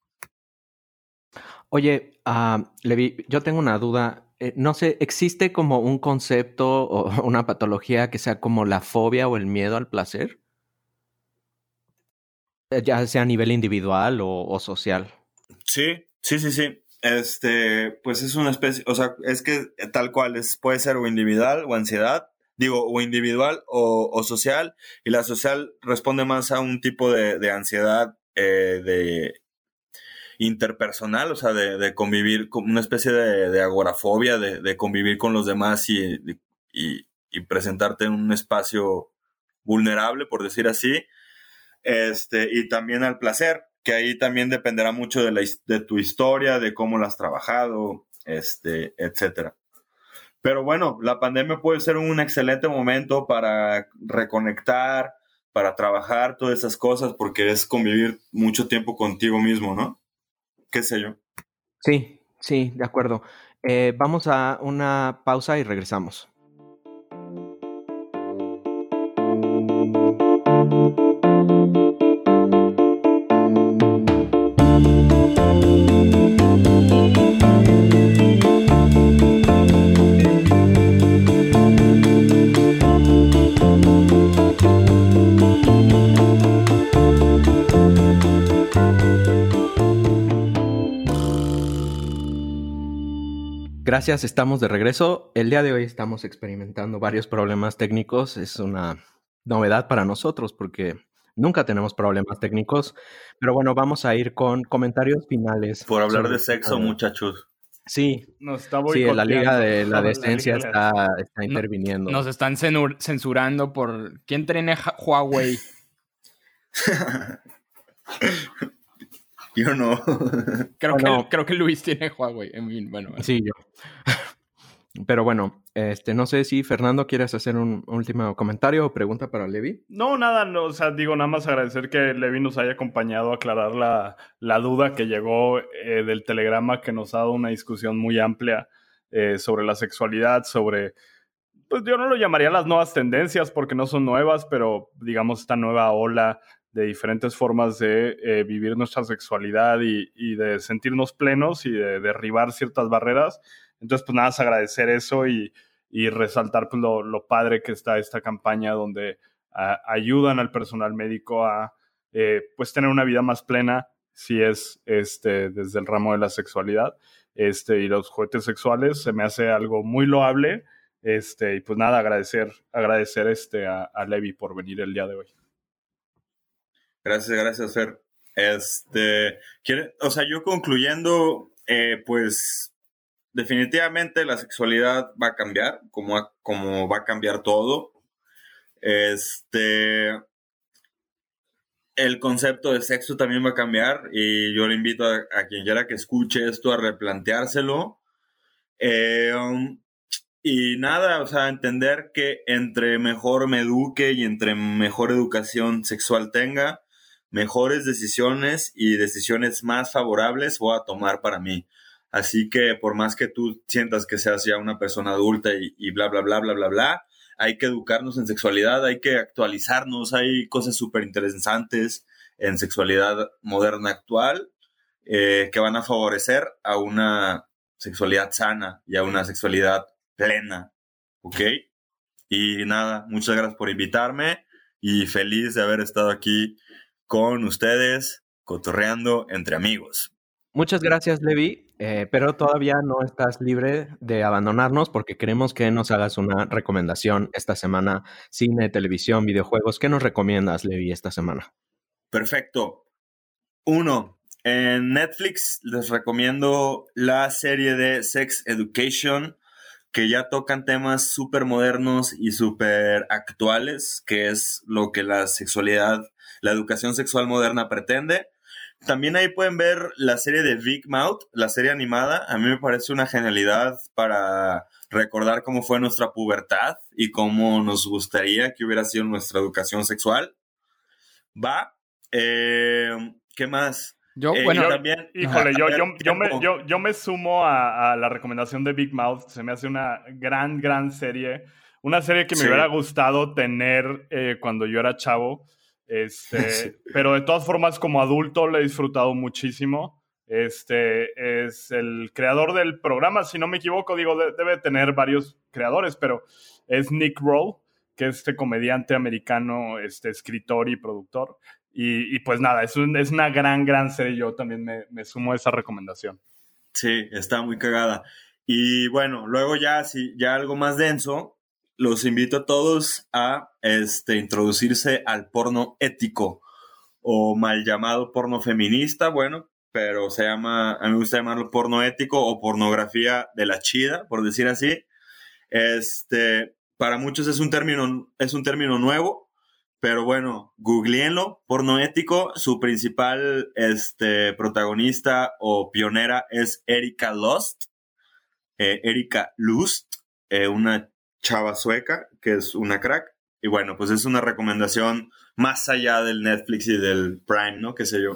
Oye, uh, Levi, yo tengo una duda. Eh, no sé, ¿existe como un concepto o una patología que sea como la fobia o el miedo al placer? Eh, ya sea a nivel individual o, o social. Sí, sí, sí, sí. Este, pues es una especie, o sea, es que tal cual es, puede ser o individual o ansiedad, digo, o individual o, o social, y la social responde más a un tipo de, de ansiedad eh, de interpersonal, o sea, de, de convivir con una especie de, de agorafobia, de, de convivir con los demás y, y, y presentarte en un espacio vulnerable, por decir así, este, y también al placer, que ahí también dependerá mucho de, la, de tu historia, de cómo la has trabajado, este, etcétera. Pero bueno, la pandemia puede ser un excelente momento para reconectar, para trabajar todas esas cosas, porque es convivir mucho tiempo contigo mismo, ¿no? ¿Qué sé yo? Sí, sí, de acuerdo. Eh, vamos a una pausa y regresamos. Gracias, estamos de regreso. El día de hoy estamos experimentando varios problemas técnicos. Es una novedad para nosotros porque nunca tenemos problemas técnicos. Pero bueno, vamos a ir con comentarios finales. Por hablar sobre de sexo, el- muchachos. Sí, Nos está sí, la Liga de la boicoteando. Decencia Liga de- está, está No- interviniendo. Nos están cenur- censurando por... ¿Quién tiene Ja- Huawei? Yo no. Creo, Bueno. que, creo que Luis tiene Huawei. En fin, bueno. bueno. Sí, yo. Pero bueno, este, no sé si Fernando quieres hacer un último comentario o pregunta para Levi. No, nada, no, o sea, digo, nada más agradecer que Levi nos haya acompañado a aclarar la, la duda que llegó eh, del telegrama, que nos ha dado una discusión muy amplia eh, sobre la sexualidad, sobre, pues yo no lo llamaría las nuevas tendencias porque no son nuevas, pero digamos esta nueva ola de diferentes formas de eh, vivir nuestra sexualidad y, y de sentirnos plenos y de derribar ciertas barreras. Entonces, pues nada, es agradecer eso y, y resaltar pues, lo, lo padre que está esta campaña donde a, ayudan al personal médico a eh, pues tener una vida más plena si es este, desde el ramo de la sexualidad. Este, y los juguetes sexuales se me hace algo muy loable. Este, y pues nada, agradecer, agradecer este, a, a Levi por venir el día de hoy. Gracias, gracias, Fer. Este, ¿quiere, o sea, yo concluyendo, eh, pues definitivamente la sexualidad va a cambiar, como, a, como va a cambiar todo. Este, el concepto de sexo también va a cambiar y yo le invito a, a quien quiera que escuche esto a replanteárselo. Eh, um, y nada, o sea, entender que entre mejor me eduque y entre mejor educación sexual tenga, mejores decisiones y decisiones más favorables voy a tomar para mí. Así que por más que tú sientas que seas ya una persona adulta y, y bla, bla, bla, bla, bla, bla, hay que educarnos en sexualidad, hay que actualizarnos, hay cosas súper interesantes en sexualidad moderna actual eh, que van a favorecer a una sexualidad sana y a una sexualidad plena, ¿ok? Y nada, muchas gracias por invitarme y feliz de haber estado aquí con ustedes, cotorreando entre amigos. Muchas gracias, Levi, eh, pero todavía no estás libre de abandonarnos porque queremos que nos hagas una recomendación esta semana, cine, televisión, videojuegos. ¿Qué nos recomiendas, Levi, esta semana? Perfecto. Uno, en Netflix les recomiendo la serie de Sex Education, que ya tocan temas súper modernos y súper actuales, que es lo que la sexualidad, la educación sexual moderna pretende. También ahí pueden ver la serie de Big Mouth, la serie animada. A mí me parece una genialidad para recordar cómo fue nuestra pubertad y cómo nos gustaría que hubiera sido nuestra educación sexual. Va. Eh, ¿Qué más? Yo, Eh, bueno, yo también. Híjole, yo, A ver, yo, yo, me, tiempo. yo, yo me sumo a, a la recomendación de Big Mouth. Se me hace una gran, gran serie. Una serie que me Sí. hubiera gustado tener eh, cuando yo era chavo. Este, Sí. Pero de todas formas, como adulto, la he disfrutado muchísimo. Este es el creador del programa, si no me equivoco, digo, de, debe tener varios creadores, pero es Nick Roll, que es este comediante americano, este escritor y productor. Y, y pues nada, es, un, es una gran, gran serie. Yo también me, me sumo a esa recomendación. Sí, está muy cagada. Y bueno, luego ya, si ya algo más denso, los invito a todos a este, introducirse al porno ético o mal llamado porno feminista, bueno, pero se llama, a mí me gusta llamarlo porno ético o pornografía de la chida, por decir así. Este, para muchos es un término, es un término nuevo, pero bueno, googleenlo, porno ético. Su principal este, protagonista o pionera es Erika Lust, eh, Erika Lust, eh, una chava sueca que es una crack. Y bueno, pues es una recomendación más allá del Netflix y del Prime, ¿no? Qué sé yo.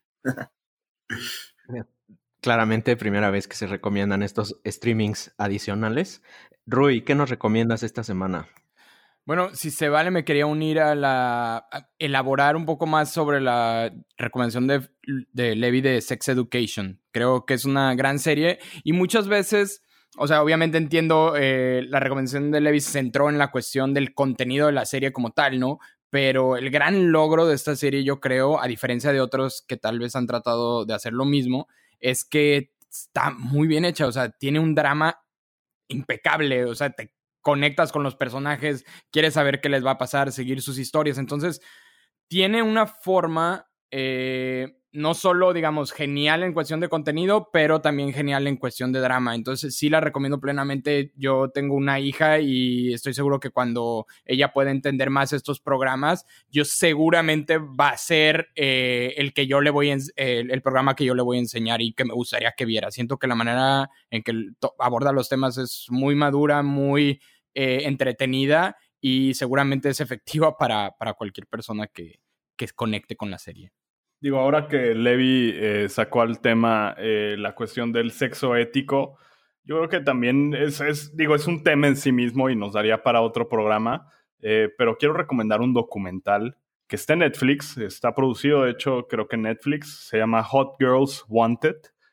Claramente, primera vez que se recomiendan estos streamings adicionales. Rui, ¿qué nos recomiendas esta semana? Bueno, si se vale, me quería unir a la... a elaborar un poco más sobre la recomendación de, de Levi de Sex Education. Creo que es una gran serie y muchas veces, o sea, obviamente entiendo, eh, la recomendación de Levi se centró en la cuestión del contenido de la serie como tal, ¿no? Pero el gran logro de esta serie, yo creo, a diferencia de otros que tal vez han tratado de hacer lo mismo, es que está muy bien hecha, o sea, tiene un drama impecable, o sea, te conectas con los personajes, quieres saber qué les va a pasar, seguir sus historias. Entonces, tiene una forma eh, no solo, digamos, genial en cuestión de contenido, pero también genial en cuestión de drama. Entonces, sí la recomiendo plenamente. Yo tengo una hija y estoy seguro que cuando ella pueda entender más estos programas, yo seguramente va a ser eh, el que yo le voy a, eh, el programa que yo le voy a enseñar y que me gustaría que viera. Siento que la manera en que aborda los temas es muy madura, muy eh, entretenida y seguramente es efectiva para, para cualquier persona que, que conecte con la serie. Digo, ahora que Levi eh, sacó al tema eh, la cuestión del sexo ético, yo creo que también es, es, digo, es un tema en sí mismo y nos daría para otro programa, eh, pero quiero recomendar un documental que está en Netflix, está producido, de hecho, creo que en Netflix, se llama Hot Girls Wanted,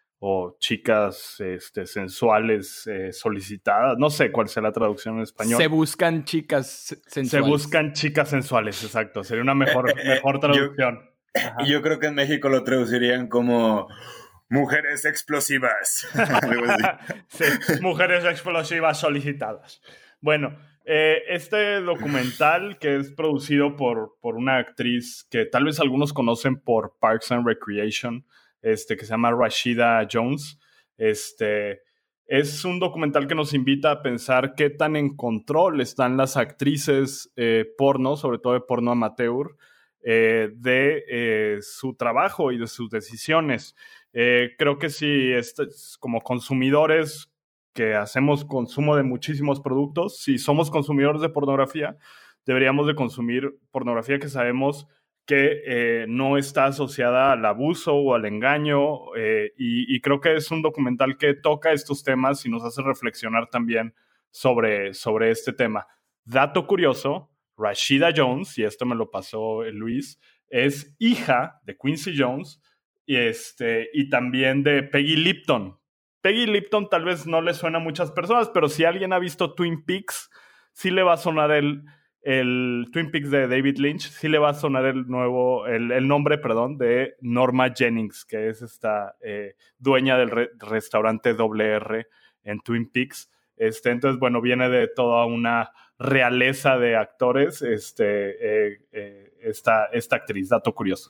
o chicas este, sensuales eh, solicitadas, no sé cuál sea la traducción en español. Se buscan chicas sensuales. Se buscan chicas sensuales, exacto, sería una mejor, Eh, eh, mejor traducción. Yo... Y yo creo que en México lo traducirían como mujeres explosivas. Algo así. Sí, mujeres explosivas solicitadas. Bueno, eh, este documental que es producido por, por una actriz que tal vez algunos conocen por Parks and Recreation, este, que se llama Rashida Jones, este, es un documental que nos invita a pensar qué tan en control están las actrices eh, porno, sobre todo de porno amateur, Eh, de eh, su trabajo y de sus decisiones. Eh, creo que si este, como consumidores que hacemos consumo de muchísimos productos, si somos consumidores de pornografía, deberíamos de consumir pornografía que sabemos que eh, no está asociada al abuso o al engaño, eh, y, y creo que es un documental que toca estos temas y nos hace reflexionar también sobre, sobre este tema. Dato curioso, Rashida Jones, y esto me lo pasó Luis, es hija de Quincy Jones y, este, y también de Peggy Lipton. Peggy Lipton tal vez no le suena a muchas personas, pero si alguien ha visto Twin Peaks, sí le va a sonar el, el Twin Peaks de David Lynch, sí le va a sonar el nuevo, el, el nombre, perdón, de Norma Jennings, que es esta eh, dueña del re- restaurante doble erre en Twin Peaks. Este, entonces, bueno, viene de toda una realeza de actores este, eh, eh, esta, esta actriz, dato curioso.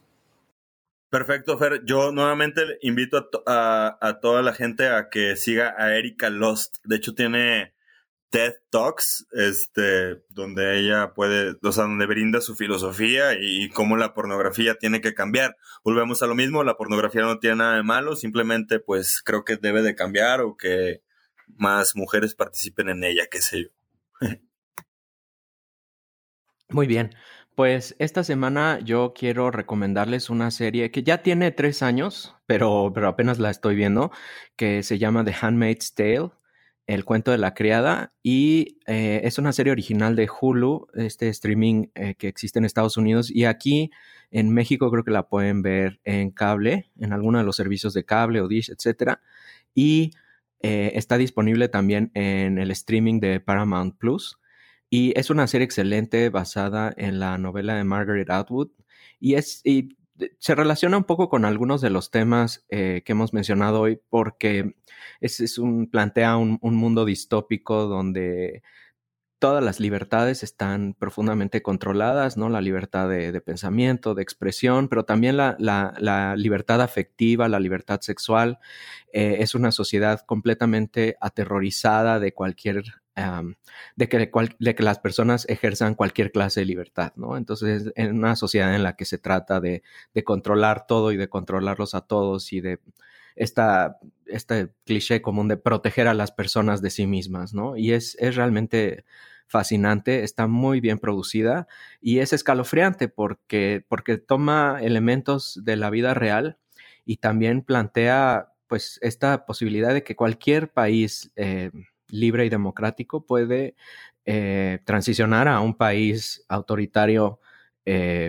Perfecto, Fer. Yo nuevamente invito a, to- a, a toda la gente a que siga a Erika Lust. De hecho, tiene TED Talks, este, donde ella puede, o sea, donde brinda su filosofía y, y cómo la pornografía tiene que cambiar. Volvemos a lo mismo, la pornografía no tiene nada de malo, simplemente pues creo que debe de cambiar o que más mujeres participen en ella, qué sé yo. Muy bien, Pues esta semana yo quiero recomendarles una serie que ya tiene tres años, pero, pero apenas la estoy viendo, que se llama The Handmaid's Tale, El cuento de la criada, y eh, es una serie original de Hulu, este streaming eh, que existe en Estados Unidos, y aquí en México creo que la pueden ver en cable, en alguno de los servicios de cable o Dish, etcétera, y eh, está disponible también en el streaming de Paramount Plus. Y es una serie excelente basada en la novela de Margaret Atwood y, es, y se relaciona un poco con algunos de los temas eh, que hemos mencionado hoy porque es, es un, plantea un, un mundo distópico donde todas las libertades están profundamente controladas, ¿no? La libertad de, de pensamiento, de expresión, pero también la, la, la libertad afectiva, la libertad sexual. Eh, es una sociedad completamente aterrorizada de cualquier... Um, de, que, de que las personas ejerzan cualquier clase de libertad, ¿no? Entonces, en una sociedad en la que se trata de, de controlar todo y de controlarlos a todos y de esta, este cliché común de proteger a las personas de sí mismas, ¿no? Y es, es realmente fascinante, está muy bien producida y es escalofriante porque, porque toma elementos de la vida real y también plantea, pues, esta posibilidad de que cualquier país eh, libre y democrático puede eh, transicionar a un país autoritario eh,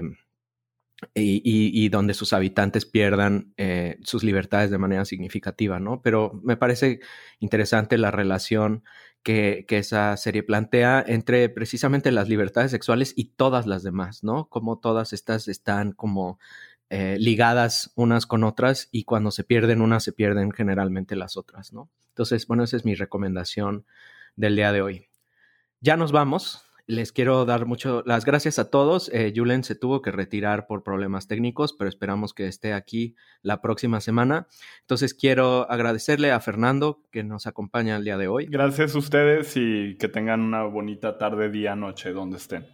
y, y, y donde sus habitantes pierdan eh, sus libertades de manera significativa, ¿no? Pero me parece interesante la relación que, que esa serie plantea entre precisamente las libertades sexuales y todas las demás, ¿no? Como todas estas están como eh, ligadas unas con otras y cuando se pierden unas se pierden generalmente las otras, ¿no? Entonces, bueno, esa es mi recomendación del día de hoy. Ya nos vamos. Les quiero dar mucho las gracias a todos. Eh, Julen se tuvo que retirar por problemas técnicos, pero esperamos que esté aquí la próxima semana. Entonces quiero agradecerle a Fernando que nos acompaña el día de hoy. Gracias a ustedes y que tengan una bonita tarde, día, noche, donde estén.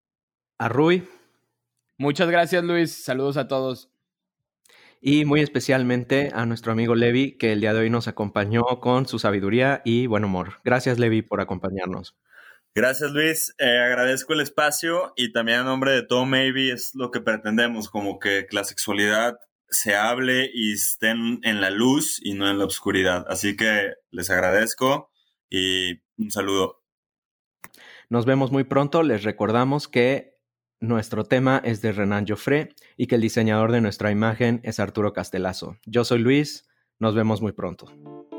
A Rui. Muchas gracias, Luis. Saludos a todos. Y muy especialmente a nuestro amigo Levi, que el día de hoy nos acompañó con su sabiduría y buen humor. Gracias, Levi, por acompañarnos. Gracias, Luis. Eh, agradezco el espacio y también a nombre de todo Maybe es lo que pretendemos, como que la sexualidad se hable y esté en, en la luz y no en la oscuridad. Así que les agradezco y un saludo. Nos vemos muy pronto. Les recordamos que nuestro tema es de Renan Joffre y que el diseñador de nuestra imagen es Arturo Castelazo. Yo soy Luis. Nos vemos muy pronto.